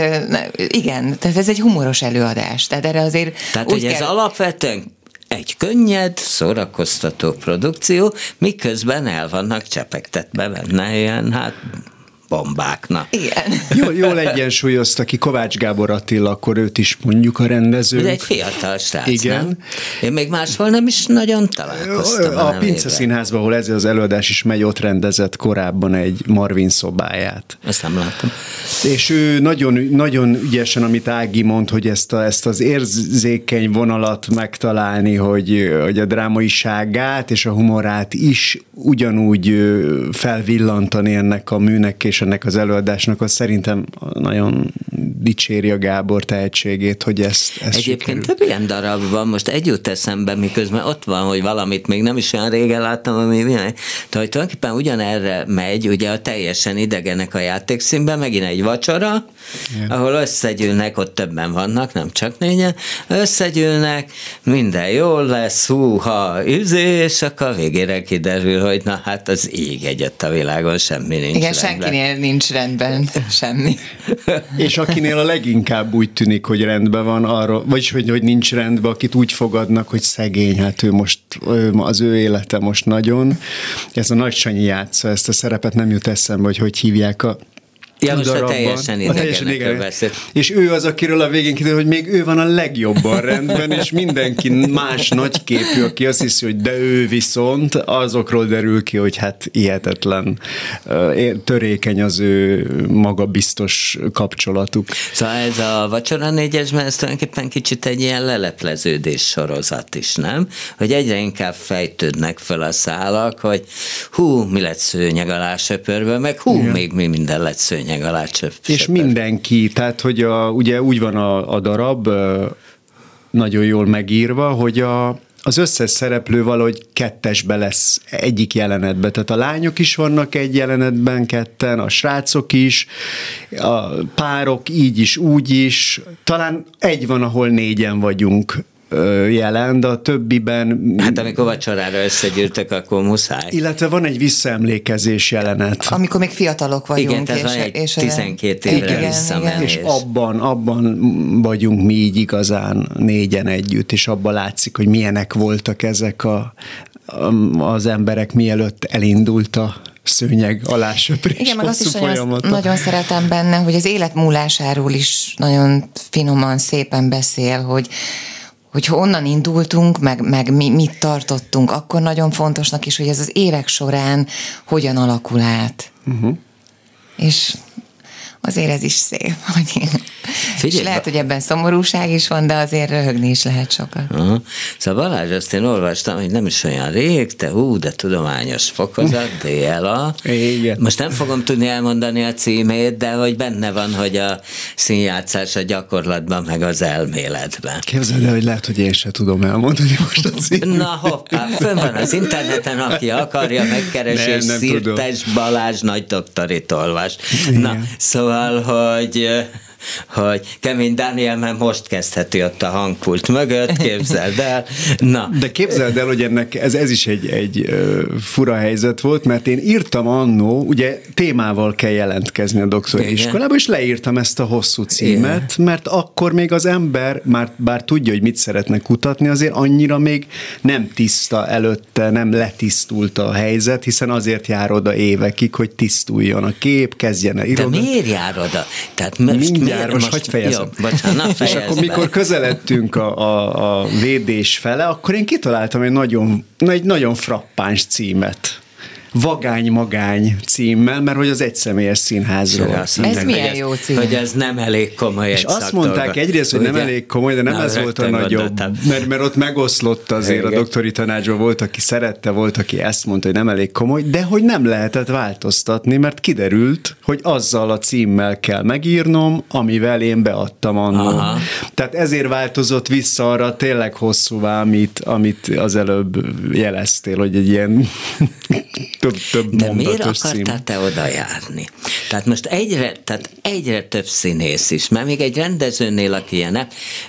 igen, tehát ez egy humoros előadás. Tehát erre azért tehát, hogy ez alapvetően egy könnyed, szórakoztató produkció, miközben el vannak csepegtetve benne ilyen, bombáknak. Igen. Jól egyensúlyozta ki Kovács Gábor Attila, akkor őt is mondjuk a rendezőnk. Ez egy fiatal srác, igen. Nem? Én még máshol nem is nagyon találkoztam. A Pince Színházban, ahol ez az előadás is megy, ott rendezett korábban egy Marvin szobáját. Ezt nem láttam. És ő nagyon, nagyon ügyesen, amit Ági mond, hogy ezt az érzékeny vonalat megtalálni, hogy a drámaiságát és a humorát is ugyanúgy felvillantani ennek a műnek és ennek az előadásnak, az szerintem nagyon dicséri a Gábor tehetségét, hogy ezt egyébként sikerül. Több ilyen darab van, most egy jut eszembe, miközben ott van, hogy valamit még nem is olyan régen láttam, ami tehát tulajdonképpen ugyanerre megy, ugye a Teljesen idegenek a játékszínben, megint egy vacsora, ahol összegyűlnek, ott többen vannak, nem csak 4-en, összegyűlnek, minden jól lesz, húha, és akkor végére kiderül, hogy na hát az ég egyet a világon, semmi nincs igen, rendben. senkinél nincs rendben semmi. És akinél a leginkább úgy tűnik, hogy rendben van, arra, vagyis hogy nincs rendben, akit úgy fogadnak, hogy szegény, hát ő most, az ő élete most nagyon. Ez a Nagy Sanyi játsza ezt a szerepet, nem jut eszembe, hogy hívják a most a Teljesen idegenekről beszélt. És ő az, akiről a végén kiderül, hogy még ő van a legjobban rendben, és mindenki más nagyképű, aki azt hiszi, hogy de ő viszont, azokról derül ki, hogy hát hihetetlen törékeny az ő magabiztos kapcsolatuk. Szóval ez a Vacsora 4-esben, ez tulajdonképpen kicsit egy ilyen lelepleződés sorozat is, nem? Hogy egyre inkább fejtődnek fel a szálak, hogy mi lett szőnyeg alá söpörve, meg igen. Még mi minden lett szőnyeg alá és mindenki, tehát hogy ugye úgy van a darab nagyon jól megírva, hogy az összes szereplő valahogy kettesbe lesz egyik jelenetben. Tehát a lányok is vannak egy jelenetben ketten, a srácok is, a párok így is, úgy is. Talán egy van, ahol 4-en vagyunk jelen, de a többiben... Hát amikor vacsorára összegyűltek, akkor muszáj. Illetve van egy visszaemlékezés jelenet. Amikor még fiatalok vagyunk. Igen, tehát van egy 12 évre visszamenés. És abban vagyunk mi így igazán 4-en együtt, és abban látszik, hogy milyenek voltak ezek az emberek, mielőtt elindult a szőnyeg alásöprés. Igen, meg azt is nagyon szeretem benne, hogy az élet múlásáról is nagyon finoman, szépen beszél, hogy onnan indultunk, meg mit tartottunk, akkor nagyon fontosnak is, hogy ez az évek során hogyan alakul át. Uh-huh. És azért ez is szép. És lehet, hogy ebben szomorúság is van, de azért röhögni is lehet sokat. Uh-huh. Szóval Balázs, azt én olvastam, hogy nem is olyan rég, de tudományos fokozat, DLA. Igen. Most nem fogom tudni elmondani a címét, de hogy benne van, hogy a színjátszás a gyakorlatban, meg az elméletben. Képzeld el, hogy lehet, hogy én sem tudom elmondani most a címét. Na hoppá, fönn van az interneten, aki akarja, megkeresi, és Szirtes Balázs nagy doktorit olvas. Igen. Na, szóval Szóval, hogy Kemény Dániel már most kezdheti ott a hangpult mögött, képzeld el. Na. De képzeld el, hogy ennek ez is egy fura helyzet volt, mert én írtam annó, ugye témával kell jelentkezni a doktori iskolába, és leírtam ezt a hosszú címet, mert akkor még az ember, bár tudja, hogy mit szeretne kutatni, azért annyira még nem tiszta előtte, nem letisztult a helyzet, hiszen azért jár oda évekig, hogy tisztuljon a kép, kezdjen el irodani. De miért jár oda? Tehát most hagyj fejezem. Jó, bocsánat, és akkor mikor közeledtünk a védés fele, akkor én kitaláltam egy nagyon frappáns címet. Vagány-magány címmel, mert hogy az egyszemélyes színházról. Ez milyen jó cím. Hogy ez nem elég komoly. És azt mondták egyrészt, hogy nem elég komoly, de nem ez volt a nagyobb. Mert ott megoszlott azért a doktori tanácsban, volt, aki szerette, volt, aki ezt mondta, hogy nem elég komoly, de hogy nem lehetett változtatni, mert kiderült, hogy azzal a címmel kell megírnom, amivel én beadtam annól. Tehát ezért változott vissza arra tényleg hosszúvá, amit az előbb jeleztél, hogy egy ilyen több de miért mondatos cím. akartál te oda járni? Tehát most egyre több színész is, mert még egy rendezőnél, aki ilyen,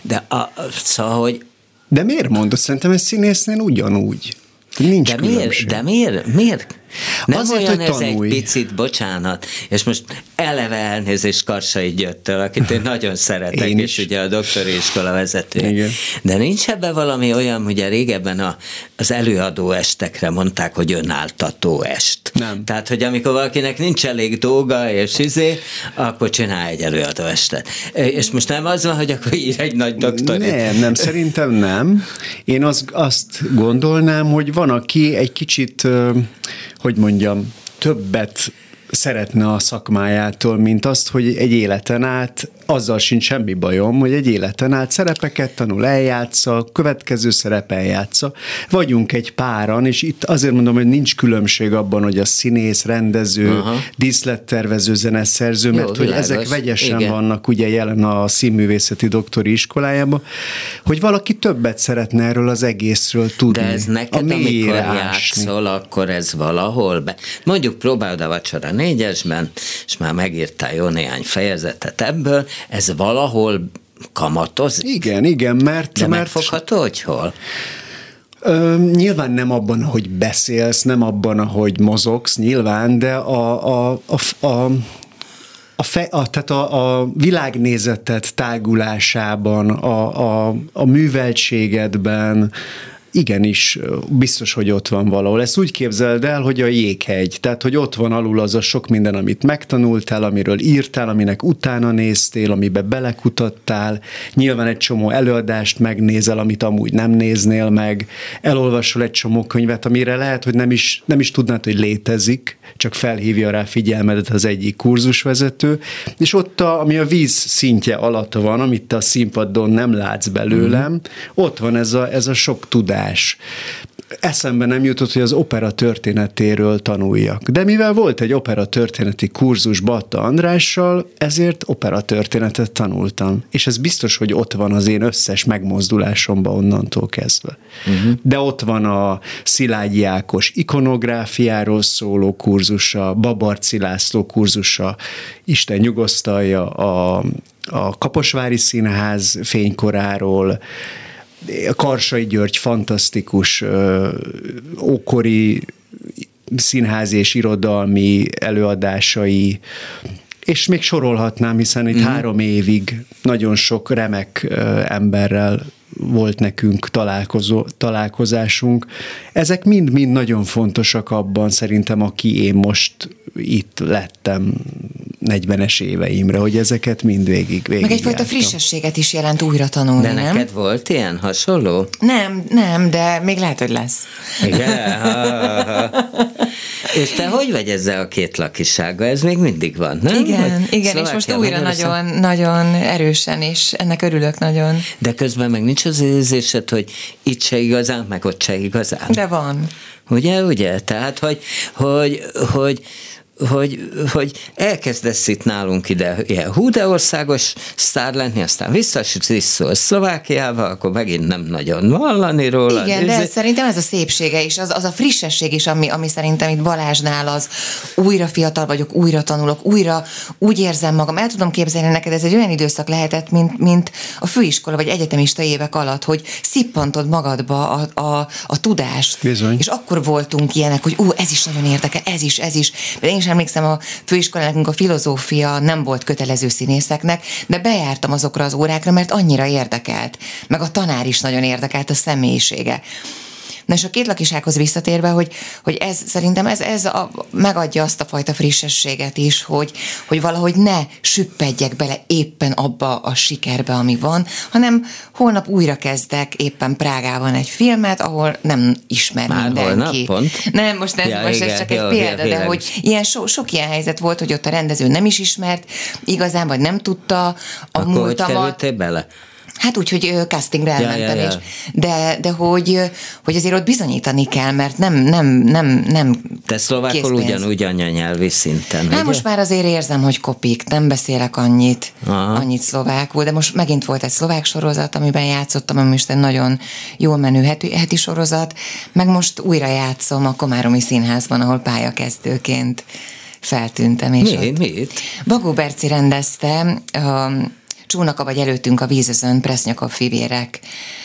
szóval, hogy... De miért mondod? Szerintem egy színésznél ugyanúgy. Nincs különbség. De miért? Nem azért, olyan hogy ez tanulj. egy picit, bocsánat, és most eleve elnézést Karsai Györgytől, akit én nagyon szeretek, én és ugye a doktori iskola vezetője. Igen. De nincs ebben valami olyan, ugye régebben az előadó estekre mondták, hogy önáltató est. Nem. Tehát, hogy amikor valakinek nincs elég dolga, és akkor csinál egy előadó estet. És most nem az van, hogy akkor ír egy nagy doktorit. Nem, szerintem nem. Én azt gondolnám, hogy van, aki egy kicsit, hogy mondjam, többet szeretne a szakmájától, mint azt, hogy egy életen át, azzal sincs semmi bajom, hogy egy életen át szerepeket tanul, eljátsza, következő szerep eljátsza. Vagyunk egy páran, és itt azért mondom, hogy nincs különbség abban, hogy a színész, rendező, díszlettervező, zeneszerző, mert hogy ezek vegyesen vannak ugye jelen a színművészeti doktori iskolájában, hogy valaki többet szeretne erről az egészről tudni. De ez neked, amikor játszol, akkor ez valahol mondjuk próbáld a Vacsora 4-esben, és már megírtál jó néhány fejezetet ebből, ez valahol kamatozik? Igen, mert... De megfogható, hogy hol? Nyilván nem abban, ahogy beszélsz, nem abban, ahogy mozogsz, nyilván, de tehát a világnézetet tágulásában, a műveltségedben, igenis, biztos, hogy ott van valahol. Ezt úgy képzeld el, hogy a jéghegy, tehát, hogy ott van alul az a sok minden, amit megtanultál, amiről írtál, aminek utána néztél, amiben belekutattál, nyilván egy csomó előadást megnézel, amit amúgy nem néznél meg, elolvasol egy csomó könyvet, amire lehet, hogy nem is tudnád, hogy létezik, csak felhívja rá figyelmedet az egyik kurzusvezető, és ott, ami a víz szintje alatt van, amit te a színpadon nem látsz belőlem, ott van ez a sok tudás. Eszembe nem jutott, hogy az opera történetéről tanuljak. De mivel volt egy opera történeti kurzus Batta Andrással, ezért opera történetet tanultam. És ez biztos, hogy ott van az én összes megmozdulásomban onnantól kezdve. De ott van a Szilágyi Ákos ikonográfiáról szóló kurzusa, Babarczy László kurzusa, Isten nyugosztalja, a Kaposvári Színház fénykoráról, Karsai György fantasztikus ókori színházi és irodalmi előadásai, és még sorolhatnám, hiszen itt 3 évig nagyon sok remek emberrel volt nekünk találkozásunk. Ezek mind-mind nagyon fontosak abban szerintem, aki én most itt lettem 40-es éveimre, hogy ezeket mind végig meg egyfajta frissességet is jelent újra tanulni, de nem? neked volt ilyen hasonló? Nem, de még lehet, hogy lesz. Igen. És te hogy vagy ezzel a két lakisággal? Ez még mindig van, nem? Igen, és most újra nagyon erősen, és ennek örülök nagyon. De közben meg nincs az érzésed, hogy itt se igazán, meg ott se igazán. De van. Ugye? Tehát, hogy hogy elkezdesz itt nálunk ide ilyen de országos sztár lenni, aztán visszaszól Szlovákiába, akkor megint nem nagyon hallani róla. Igen, de szerintem ez a szépsége is, az a frissesség is, ami szerintem itt Balázsnál az, újra fiatal vagyok, újra tanulok, újra úgy érzem magam, el tudom képzelni neked, ez egy olyan időszak lehetett, mint a főiskola vagy egyetemista évek alatt, hogy szippantod magadba a tudást. Bizony. És akkor voltunk ilyenek, hogy ez is nagyon érdekel, ez is. De én is emlékszem, a főiskolán nekünk a filozófia nem volt kötelező színészeknek, de bejártam azokra az órákra, mert annyira érdekelt. Meg a tanár is nagyon érdekelt, a személyisége. Na és a kétlakisághoz visszatérve, hogy ez szerintem ez megadja azt a fajta frissességet is, hogy valahogy ne süppedjek bele éppen abba a sikerbe, ami van, hanem holnap újra kezdek éppen Prágában egy filmet, ahol nem ismer már mindenki. Holnap, pont? Nem, most ez csak egy példa, de hogy sok ilyen helyzet volt, hogy ott a rendező nem is ismert igazán, vagy nem tudta a akkor múltamat. hogy kerültél bele? Hát úgy, hogy castingra elmentem is. De hogy azért ott bizonyítani kell, mert nem te szlovákul ugyanúgy anyanyelvi szinten, ugye? Most már azért érzem, hogy kopik, nem beszélek annyit szlovákul, de most megint volt egy szlovák sorozat, amiben játszottam, ami most egy nagyon jól menő heti sorozat, meg most újra játszom a Komáromi Színházban, ahol pályakezdőként feltűntem. Miért? Bagó Berci rendezte Csónaka vagy előttünk a vízözön, Presznyakov fivérek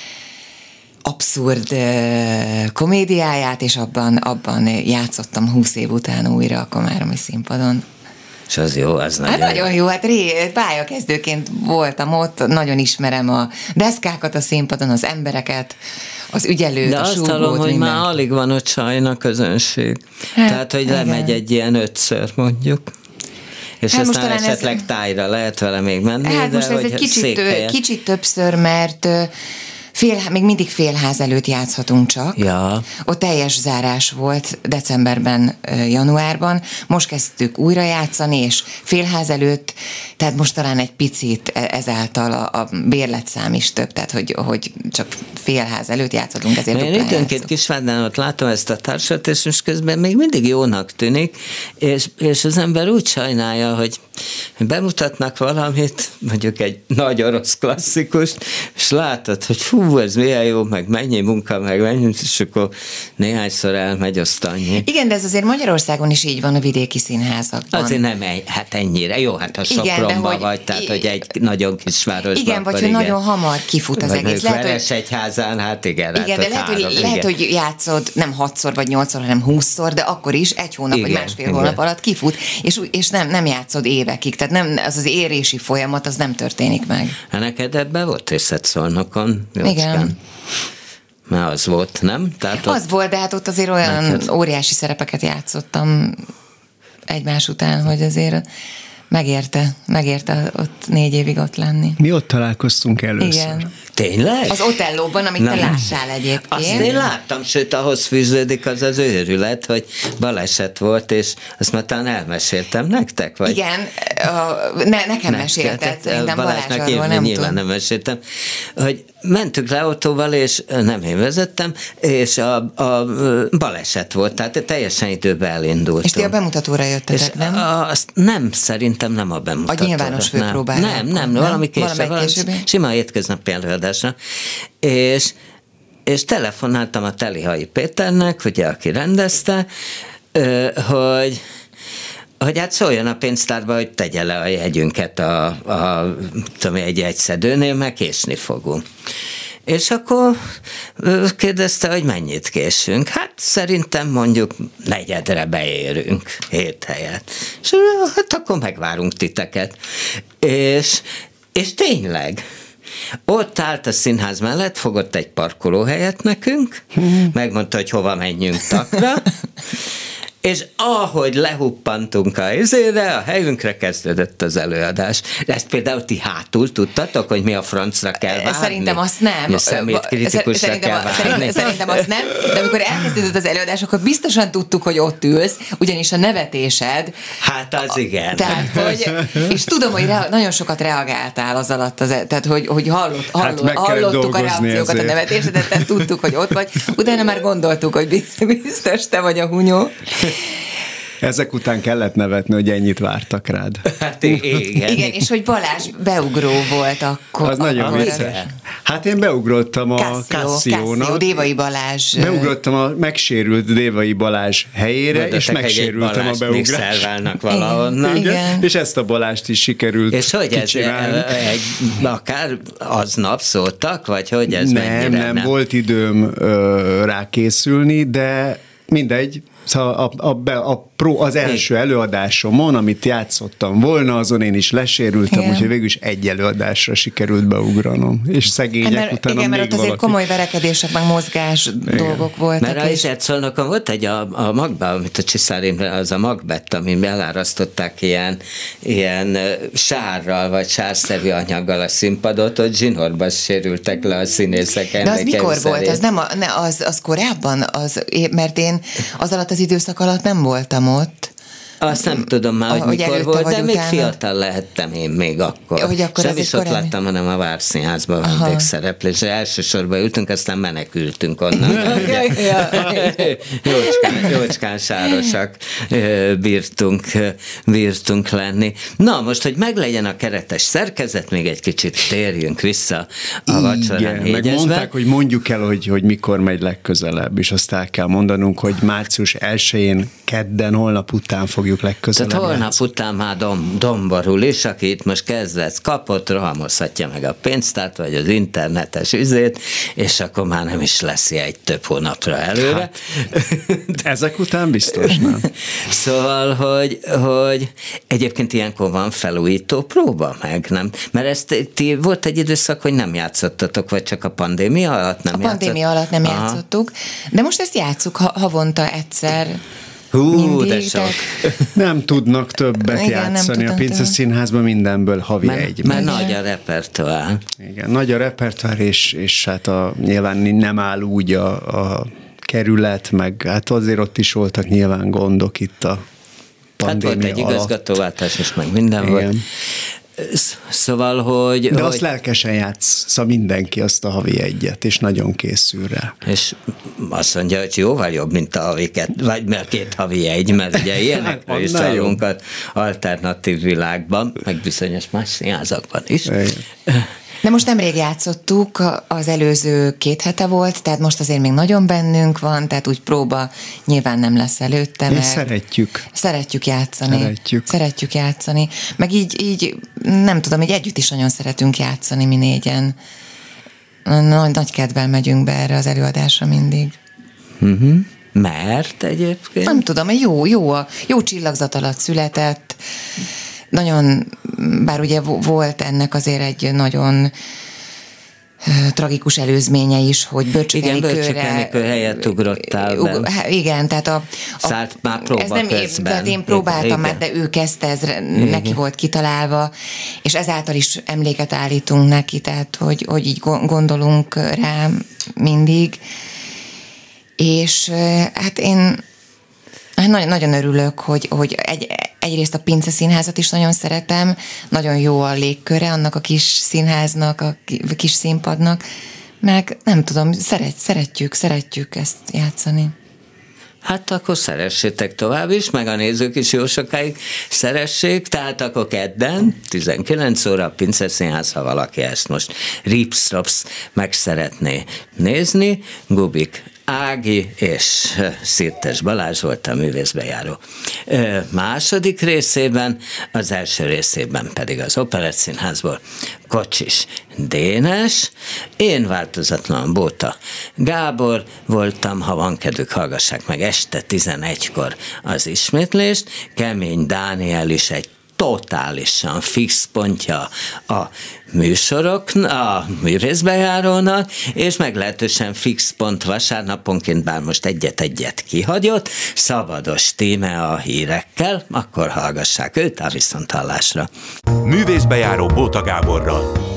abszurd komédiáját, és abban játszottam 20 év után újra a komáromi színpadon. És az jó, az nagyon jó. Hát pályakezdőként voltam ott, nagyon ismerem a deszkákat a színpadon, az embereket, az ügyelőt, de a súgót. De azt hallom, hogy már alig van ott sajna közönség. Tehát, hogy lemegy egy ilyen 5-ször mondjuk. És hát aztán esetleg tájra lehet vele még menni, hát de most ez egy kicsit többször, mert még mindig félház előtt játszhatunk csak. Ja. Ott teljes zárás volt decemberben, januárban. Most kezdtük újra játszani, és félház előtt, tehát most talán egy picit ezáltal a bérletszám is több, tehát hogy csak félház előtt játszhatunk, ezért én időnként Kisvárdán ott látom ezt a társat, és most közben még mindig jónak tűnik, és az ember úgy sajnálja, hogy bemutatnak valamit, mondjuk egy nagy orosz klasszikust, és látod, hogy ez milyen jó, meg mennyi munka, meg mennyi, és akkor néhányszor elmegy, azt annyi. Igen, de ez azért Magyarországon is így van a vidéki színházakban. Azért nem hát ennyire. Jó, hát a Sopronban vagy, tehát hogy egy nagyon kis városban. Igen, vagy hogy nagyon hamar kifut az egész. Veresegyházán, hát igen. Igen, de lehet, hogy játszod nem 6-szor vagy 8-szor, hanem 20-szor, de akkor is egy hónap vagy másfél hónap alatt kifut, és nem játszod évekig, tehát nem, az érési folyamat, az nem történik meg. Hát neked ebben volt részed Szolnokon? Igen. Mert az volt, nem? Tehát az volt, de hát ott azért olyan óriási szerepeket játszottam egymás után, hogy azért megérte ott 4 évig ott lenni. Mi ott találkoztunk először. Igen. Tényleg? Az Otellóban, amit te láttál egyébként. Azt én láttam, sőt, ahhoz fűződik az őrület, hogy baleset volt, és azt már talán elmeséltem nektek? Vagy? Igen, nekem mesélted, szerintem Balázs arról nem nyilván nem meséltem, hogy mentünk le autóval, és nem én vezettem, és a baleset volt, tehát teljesen időben elindultunk. És ti a bemutatóra jöttetek, nem? Nem, szerintem nem a bemutatóra. A nyilvános főpróbára. Nem, valami később, sima hétköznapi előadásra, és telefonáltam a Telihai Péternek, ugye, aki rendezte, hogy hát szóljon a pénztárba, hogy tegye le a jegyünket egy jegyszedőnél, meg késni fogunk. És akkor kérdezte, hogy mennyit késünk. Hát szerintem mondjuk 4-re beérünk 7 helyet. És hát akkor megvárunk titeket. És tényleg, ott állt a színház mellett, fogott egy parkolóhelyet nekünk, megmondta, hogy hova menjünk takra, és ahogy lehuppantunk a helyünkre kezdődött az előadás. De ezt például ti hátul tudtatok, hogy mi a francra kell várni? Szerintem azt nem. A szemétkritikusra kell várni. Szerintem azt nem, de amikor elkezdődött az előadás, akkor biztosan tudtuk, hogy ott ülsz, ugyanis a nevetésed. Hát az igen. Tehát, és tudom, hogy nagyon sokat reagáltál az alatt, tehát hogy hallottuk a reakciókat, a nevetésedet, tehát tudtuk, hogy ott vagy. Utána már gondoltuk, hogy biztos te vagy a hunyó. Ezek után kellett nevetni, hogy ennyit vártak rád. Hát igen, és hogy Balázs beugró volt akkor. Az nagyon vicces. Hát én beugrottam a Cassio-nak. Dévai Balázs. Beugrottam a megsérült Dévai Balázs helyére, és megsérültem a beugrás. valahonnan. Igen. És ezt a Balást is sikerült és hogy ez akár aznap szóltak, vagy hogy ez nem volt időm rá készülni, de mindegy, szóval az első előadásomon, amit játszottam volna, azon én is lesérültem, úgyhogy végül is egy előadásra sikerült beugranom. És szegények utána igen, még mert ott azért komoly verekedések, meg mozgás dolgok voltak. Mert azért Szolnokon volt egy a Magba, amit a Csiszár Imre, az a Magbett, ami elárasztották ilyen sárral, vagy sárszerű anyaggal a színpadot, ott zsinórba sérültek le a színészek. De az mikor volt? Az az korábban? Mert én az alatt az időszak alatt nem voltam ott. Azt nem tudom már, hogy mikor volt, de még fiatal lehettem én még akkor. Sem is ott láttam, hanem a Várszínházban vendégszereplésre. Elsősorban ültünk, aztán menekültünk onnan. Jócskán sárosak bírtunk lenni. Na, most, hogy meglegyen a keretes szerkezet, még egy kicsit térjünk vissza a vacsorán meg mondták, hogy mondjuk el, hogy mikor megy legközelebb, és azt el kell mondanunk, hogy március 1-én, kedden, holnap után fogjuk legközelebb. Tehát holnap után már domborul is, aki itt most kezdett, kapott, rohamozhatja meg a pénztárt, vagy az internetes üzét, és akkor már nem is lesz egy több hónapra előre. Hát, ezek után biztos nem. Szóval, hogy egyébként ilyenkor van felújító próba, meg nem? Mert volt egy időszak, hogy nem játszottatok, vagy csak a pandémia alatt nem játszottuk? A pandémia alatt nem játszottuk, de most ezt játsszuk havonta egyszer. De sok. Nem tudnak többet játszani. A Pince Színházban mindenből havi egy. Mert nagy a repertoár. Igen, nagy a repertoár, és hát nyilván nem áll úgy a kerület, meg hát azért ott is voltak nyilván gondok itt a pandémia alatt. Hát volt egy igazgatóváltás, és meg minden volt. Szóval, hogy... De azt lelkesen játsza mindenki azt a havi egyet, és nagyon készül rá. És azt mondja, hogy jóval jobb, mint a havi vagy mert 2 havi egy, mert ugye ilyenekről is hallunk az alternatív világban, meg bizonyos más színházakban is. De most nemrég játszottuk, az előző 2 hete volt, tehát most azért még nagyon bennünk van, tehát úgy próba nyilván nem lesz előtte. És szeretjük. Szeretjük játszani. Meg így nem tudom, így együtt is nagyon szeretünk játszani mi 4-en. Nagy kedvel megyünk be erre az előadásra mindig. Mert egyébként? Nem tudom, jó csillagzat alatt született, nagyon, bár ugye volt ennek azért egy nagyon tragikus előzménye is, hogy Bölcsik Enikő helyett ugrottál be. Igen, tehát szállt már próbaközben. Tehát én próbáltam már, de ő kezdte, ez neki volt kitalálva, és ezáltal is emléket állítunk neki, tehát hogy így gondolunk rá mindig. És hát én nagyon örülök, hogy egyrészt a Pince Színházat is nagyon szeretem, nagyon jó a légköre annak a kis színháznak, a kis színpadnak, meg nem tudom, szeretjük ezt játszani. Hát akkor szeressétek tovább is, meg a nézők is jó sokáig szeressék, tehát akkor kedden, 19 óra, Pince Színház, ha valaki ezt most rips-rops meg szeretné nézni, Gubik Ági és Szirtes Balázs volt a művészbejáró második részében, az első részében pedig az Operettszínházból Kocsis Dénes, én változatlan Bóta Gábor voltam, ha van kedvük, hallgassák meg este 11-kor az ismétlést, Kemény Dániel is egy totálisan fix pontja a műsoroknak, a művészbejárónak, és meglehetősen fix pont vasárnaponként, bár most egyet kihagyott, Szabados Tíme a hírekkel, akkor hallgassák őt a viszonthallásra. Művészbejáró Bóta Gáborral.